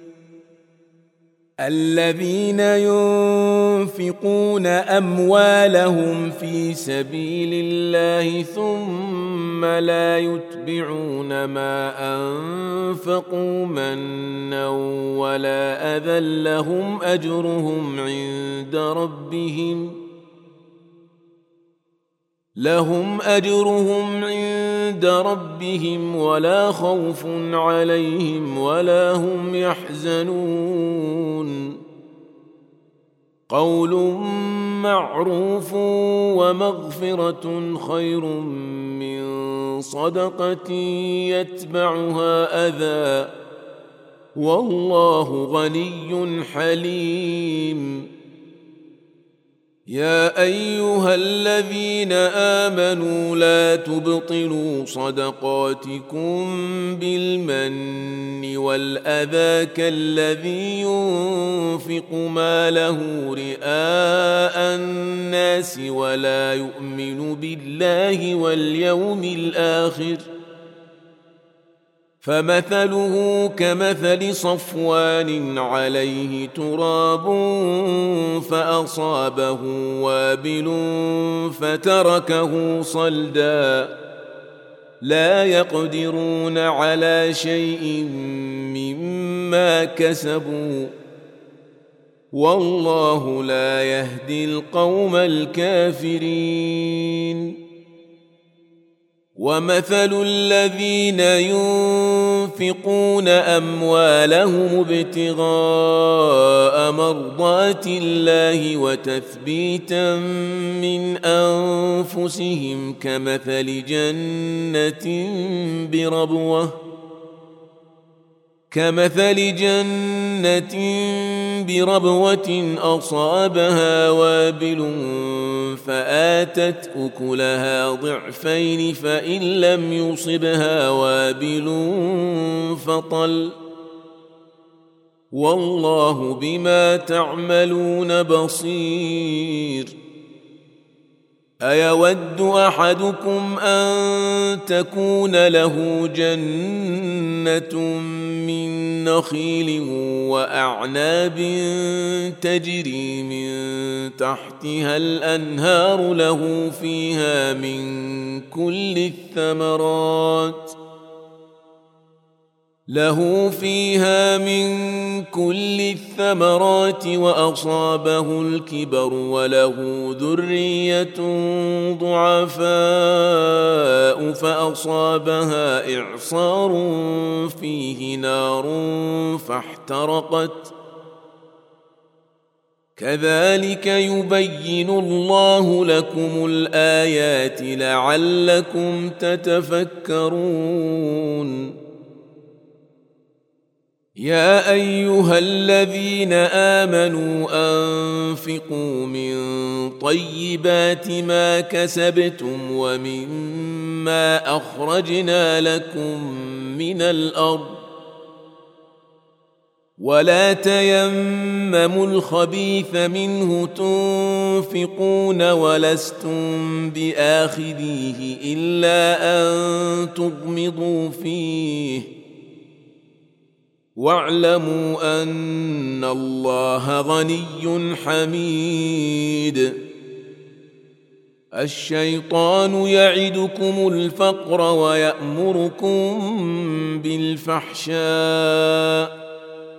الذين ينفقون أموالهم في سبيل الله ثم لا يتبعون ما أنفقوا منا ولا أذى لهم أجرهم عند ربهم لهم أجرهم عند ربهم ولا خوف عليهم ولا هم يحزنون قول معروف ومغفرة خير من صدقة يتبعها أذى والله غني حليم يا أيها الذين آمنوا لا تبطلوا صدقاتكم بالمن والأذى كالذي ينفق ماله رئاء الناس ولا يؤمن بالله واليوم الآخر فمثله كمثل صفوان عليه تراب فأصابه وابل فتركه صلدا لا يقدرون على شيء مما كسبوا والله لا يهدي القوم الكافرين. ومثل الذين ينفقون أموالهم ابتغاء مرضات الله وتثبيتا من أنفسهم كمثل جنة بربوة كمثل جنة بربوة أصابها وابل فآتت أكلها ضعفين فإن لم يصبها وابل فطل والله بما تعملون بصير. أيود أحدكم أن تكون له جنة من نخيل وأعناب تجري من تحتها الأنهار له فيها من كل الثمرات له فيها من كل الثمرات وأصابه الكبر وله ذرية ضعفاء فأصابها إعصار فيه نار فاحترقت كذلك يبين الله لكم الآيات لعلكم تتفكرون. يا أيها الذين آمنوا أنفقوا من طيبات ما كسبتم ومما أخرجنا لكم من الأرض ولا تيمموا الخبيث منه تنفقون ولستم بآخذيه إلا أن تغمضوا فيه واعلموا أن الله غني حميد. الشيطان يعدكم الفقر ويأمركم بالفحشاء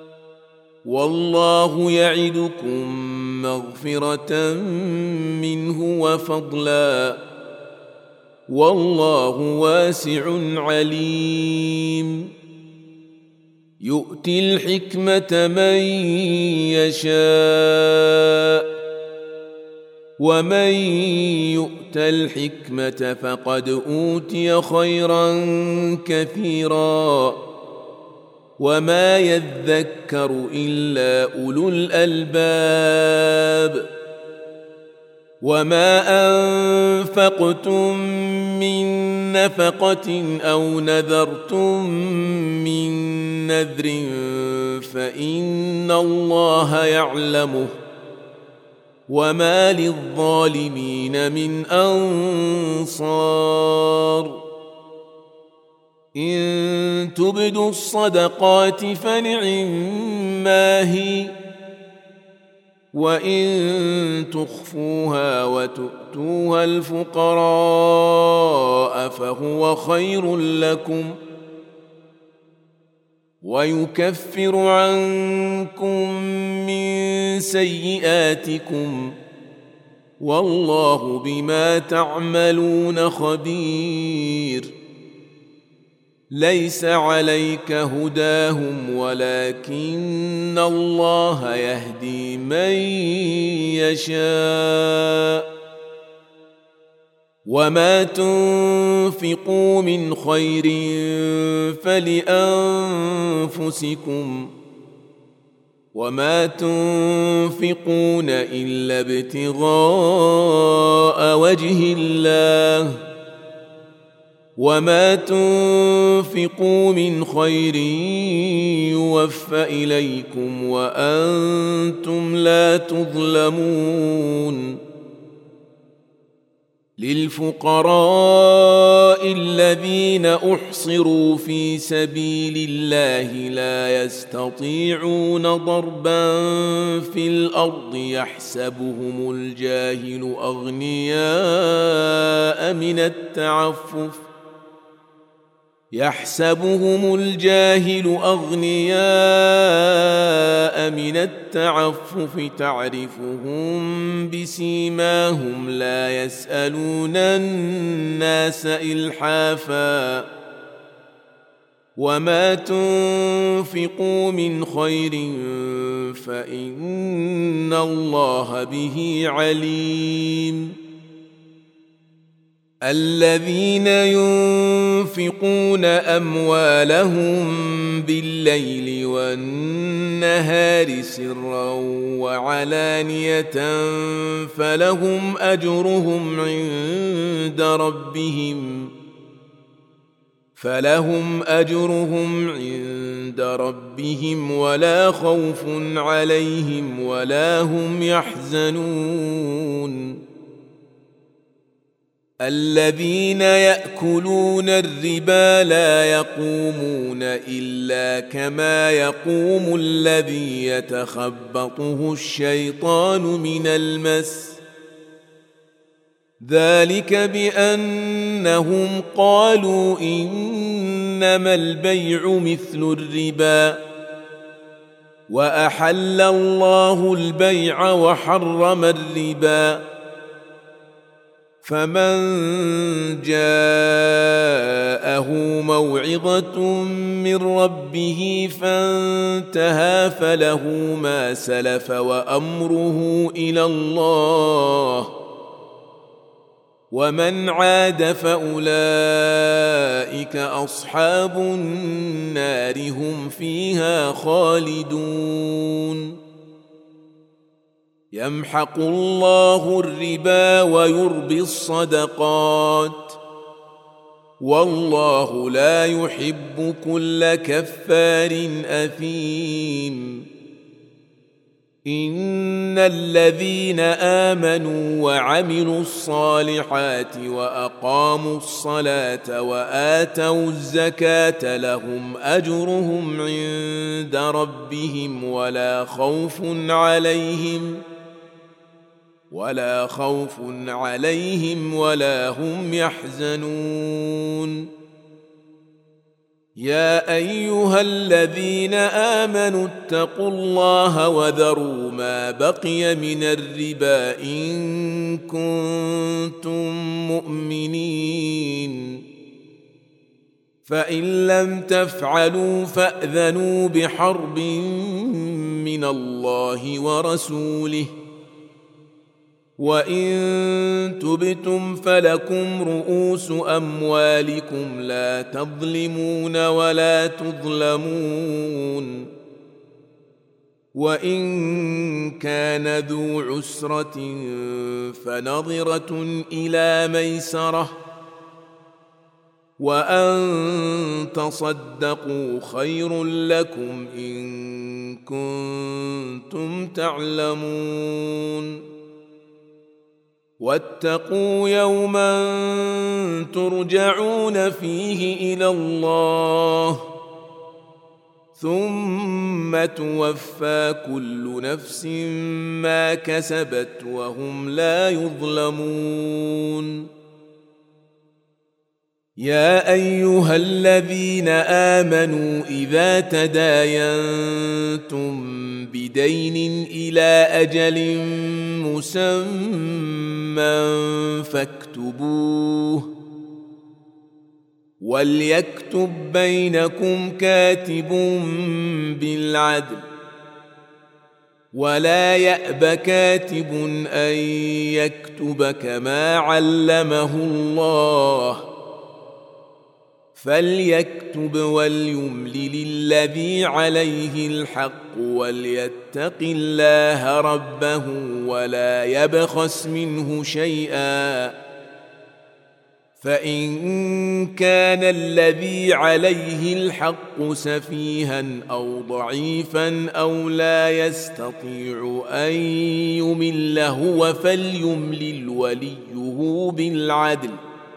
والله يعدكم مغفرة منه وفضلا والله واسع عليم. يؤتي الحكمة من يشاء ومن يؤت الحكمة فقد أوتي خيرا كثيرا وما يذكر إلا أولو الألباب. وما أنفقتم من نفقة أو نذرتم من نذر فإن الله يعلمه وما للظالمين من أنصار. إن تبدوا الصدقات فنعما هي وإن تخفوها وتؤتوها الفقراء فهو خير لكم ويكفر عنكم من سيئاتكم والله بما تعملون خبير. ليس عليك هداهم ولكن الله يهدي من يشاء وما تنفقوا من خير فلأنفسكم وما تنفقون إلا ابتغاء وجه الله وما تنفقوا من خير يوفى إليكم وأنتم لا تظلمون. للفقراء الذين أحصروا في سبيل الله لا يستطيعون ضربا في الأرض يحسبهم الجاهل أغنياء من التعفف يحسبهم الجاهل أغنياء من التعفف تعرفهم بسيماهم لا يسألون الناس إلحافا وما تنفقوا من خير فإن الله به عليم الذين ينفقون أموالهم بالليل والنهار سرا وعلانية فلهم أجرهم عند ربهم فلهم أجرهم عند ربهم ولا خوف عليهم ولا هم يحزنون الذين يأكلون الربا لا يقومون إلا كما يقوم الذي يتخبطه الشيطان من المس ذلك بأنهم قالوا إنما البيع مثل الربا وأحل الله البيع وحرم الربا فمن جاءه موعظة من ربه فانتهى فله ما سلف وأمره إلى الله ومن عاد فأولئك أصحاب النار هم فيها خالدون يمحق الله الربا ويربي الصدقات والله لا يحب كل كفار أثيم إن الذين آمنوا وعملوا الصالحات وأقاموا الصلاة وآتوا الزكاة لهم أجرهم عند ربهم ولا خوف عليهم ولا خوف عليهم ولا هم يحزنون يا أيها الذين آمنوا اتقوا الله وذروا ما بقي من الربا إن كنتم مؤمنين فإن لم تفعلوا فأذنوا بحرب من الله ورسوله وإن تبتم فلكم رؤوس أموالكم لا تظلمون ولا تظلمون وإن كان ذو عسرة فنظرة إلى ميسرة وأن تصدقوا خير لكم إن كنتم تعلمون واتقوا يوما ترجعون فيه إلى الله ثم توفى كل نفس ما كسبت وهم لا يظلمون يا أيها الذين آمنوا إذا تداينتم بدين إلى أجل مسمى فاكتبوه وليكتب بينكم كاتب بالعدل ولا يأب كاتب أن يكتب كما علمه الله فليكتب وليملل الذي عليه الحق وليتق الله ربه ولا يبخس منه شيئا فإن كان الذي عليه الحق سفيها أو ضعيفا أو لا يستطيع أن يمل هو فليملل وليه واقتلوه بالعدل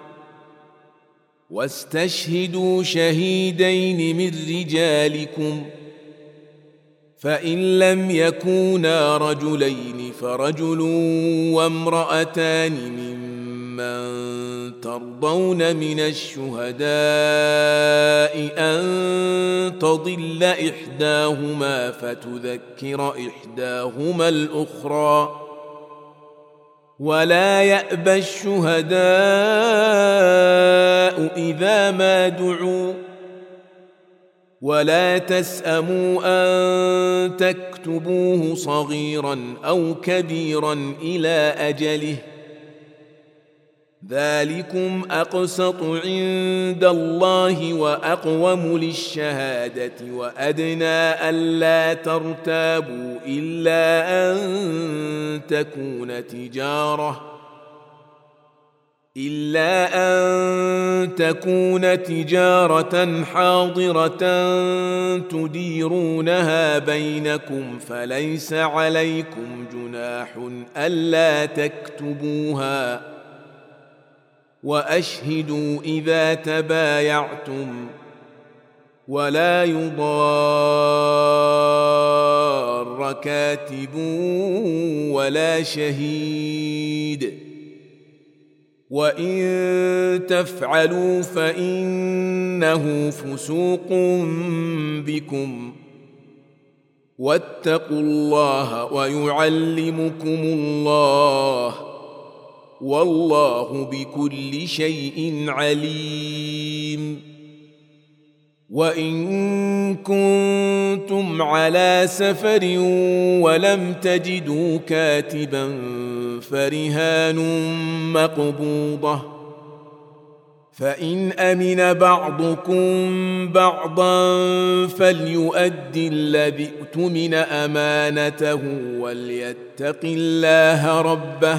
واستشهدوا شهيدين من رجالكم فإن لم يكونا رجلين فرجل وامرأتان ممن ترضون من الشهداء أن تضل إحداهما فتذكر إحداهما الأخرى ولا يأبى الشهداء إذا ما دعوا ولا تسأموا أن تكتبوه صغيرا أو كبيرا إلى أجله ذلكم أقسط عند الله وأقوم للشهادة وأدنى ألا ترتابوا إلا أن تكون تجارة إلا أن تكون تجارة حاضرة تديرونها بينكم فليس عليكم جناح ألا تكتبوها وأشهدوا إذا تبايعتم ولا يضار كاتب ولا شهيد وإن تفعلوا فإنه فسوق بكم واتقوا الله ويعلمكم الله والله بكل شيء عليم وإن كنتم على سفر ولم تجدوا كاتبا فرهان مقبوضة فإن أمن بعضكم بعضا فليؤد الذي اؤتمن أمانته وليتق الله ربه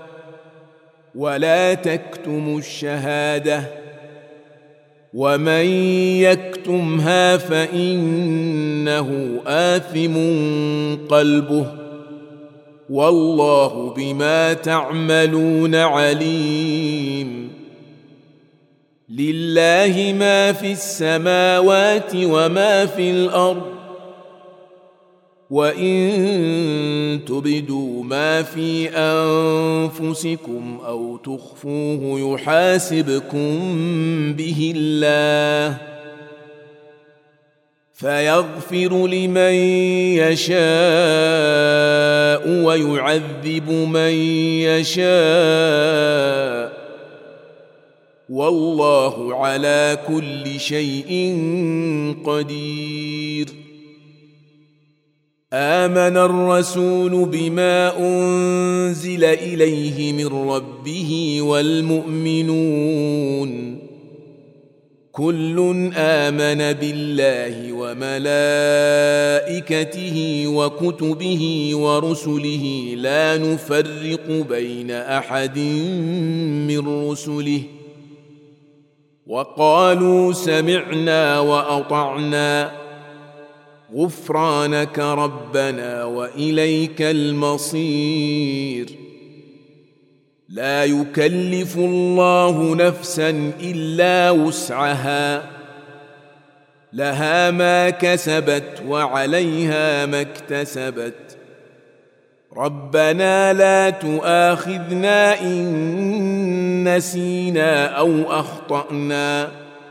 ولا تكتموا الشهادة ومن يكتمها فإنه آثم قلبه والله بما تعملون عليم لله ما في السماوات وما في الأرض وإن تبدوا ما في أنفسكم أو تخفوه يحاسبكم به الله فيغفر لمن يشاء ويعذب من يشاء والله على كل شيء قدير آمن الرسول بما أنزل إليه من ربه والمؤمنون كل آمن بالله وملائكته وكتبه ورسله لا نفرق بين أحد من رسله وقالوا سمعنا وأطعنا غفرانك ربنا وإليك المصير لا يكلف الله نفسا إلا وسعها لها ما كسبت وعليها ما اكتسبت ربنا لا تؤاخذنا إن نسينا أو أخطأنا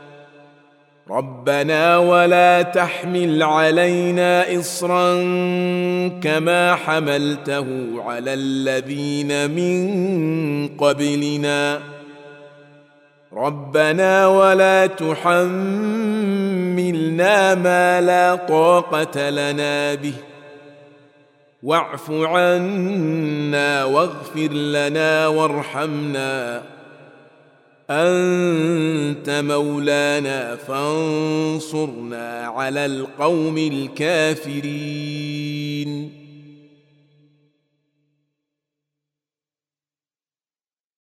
ربنا ولا تحمل علينا إصرا كما حملته على الذين من قبلنا ربنا ولا تحملنا ما لا طاقة لنا به واعف عنا واغفر لنا وارحمنا أنت مولانا فانصرنا على القوم الكافرين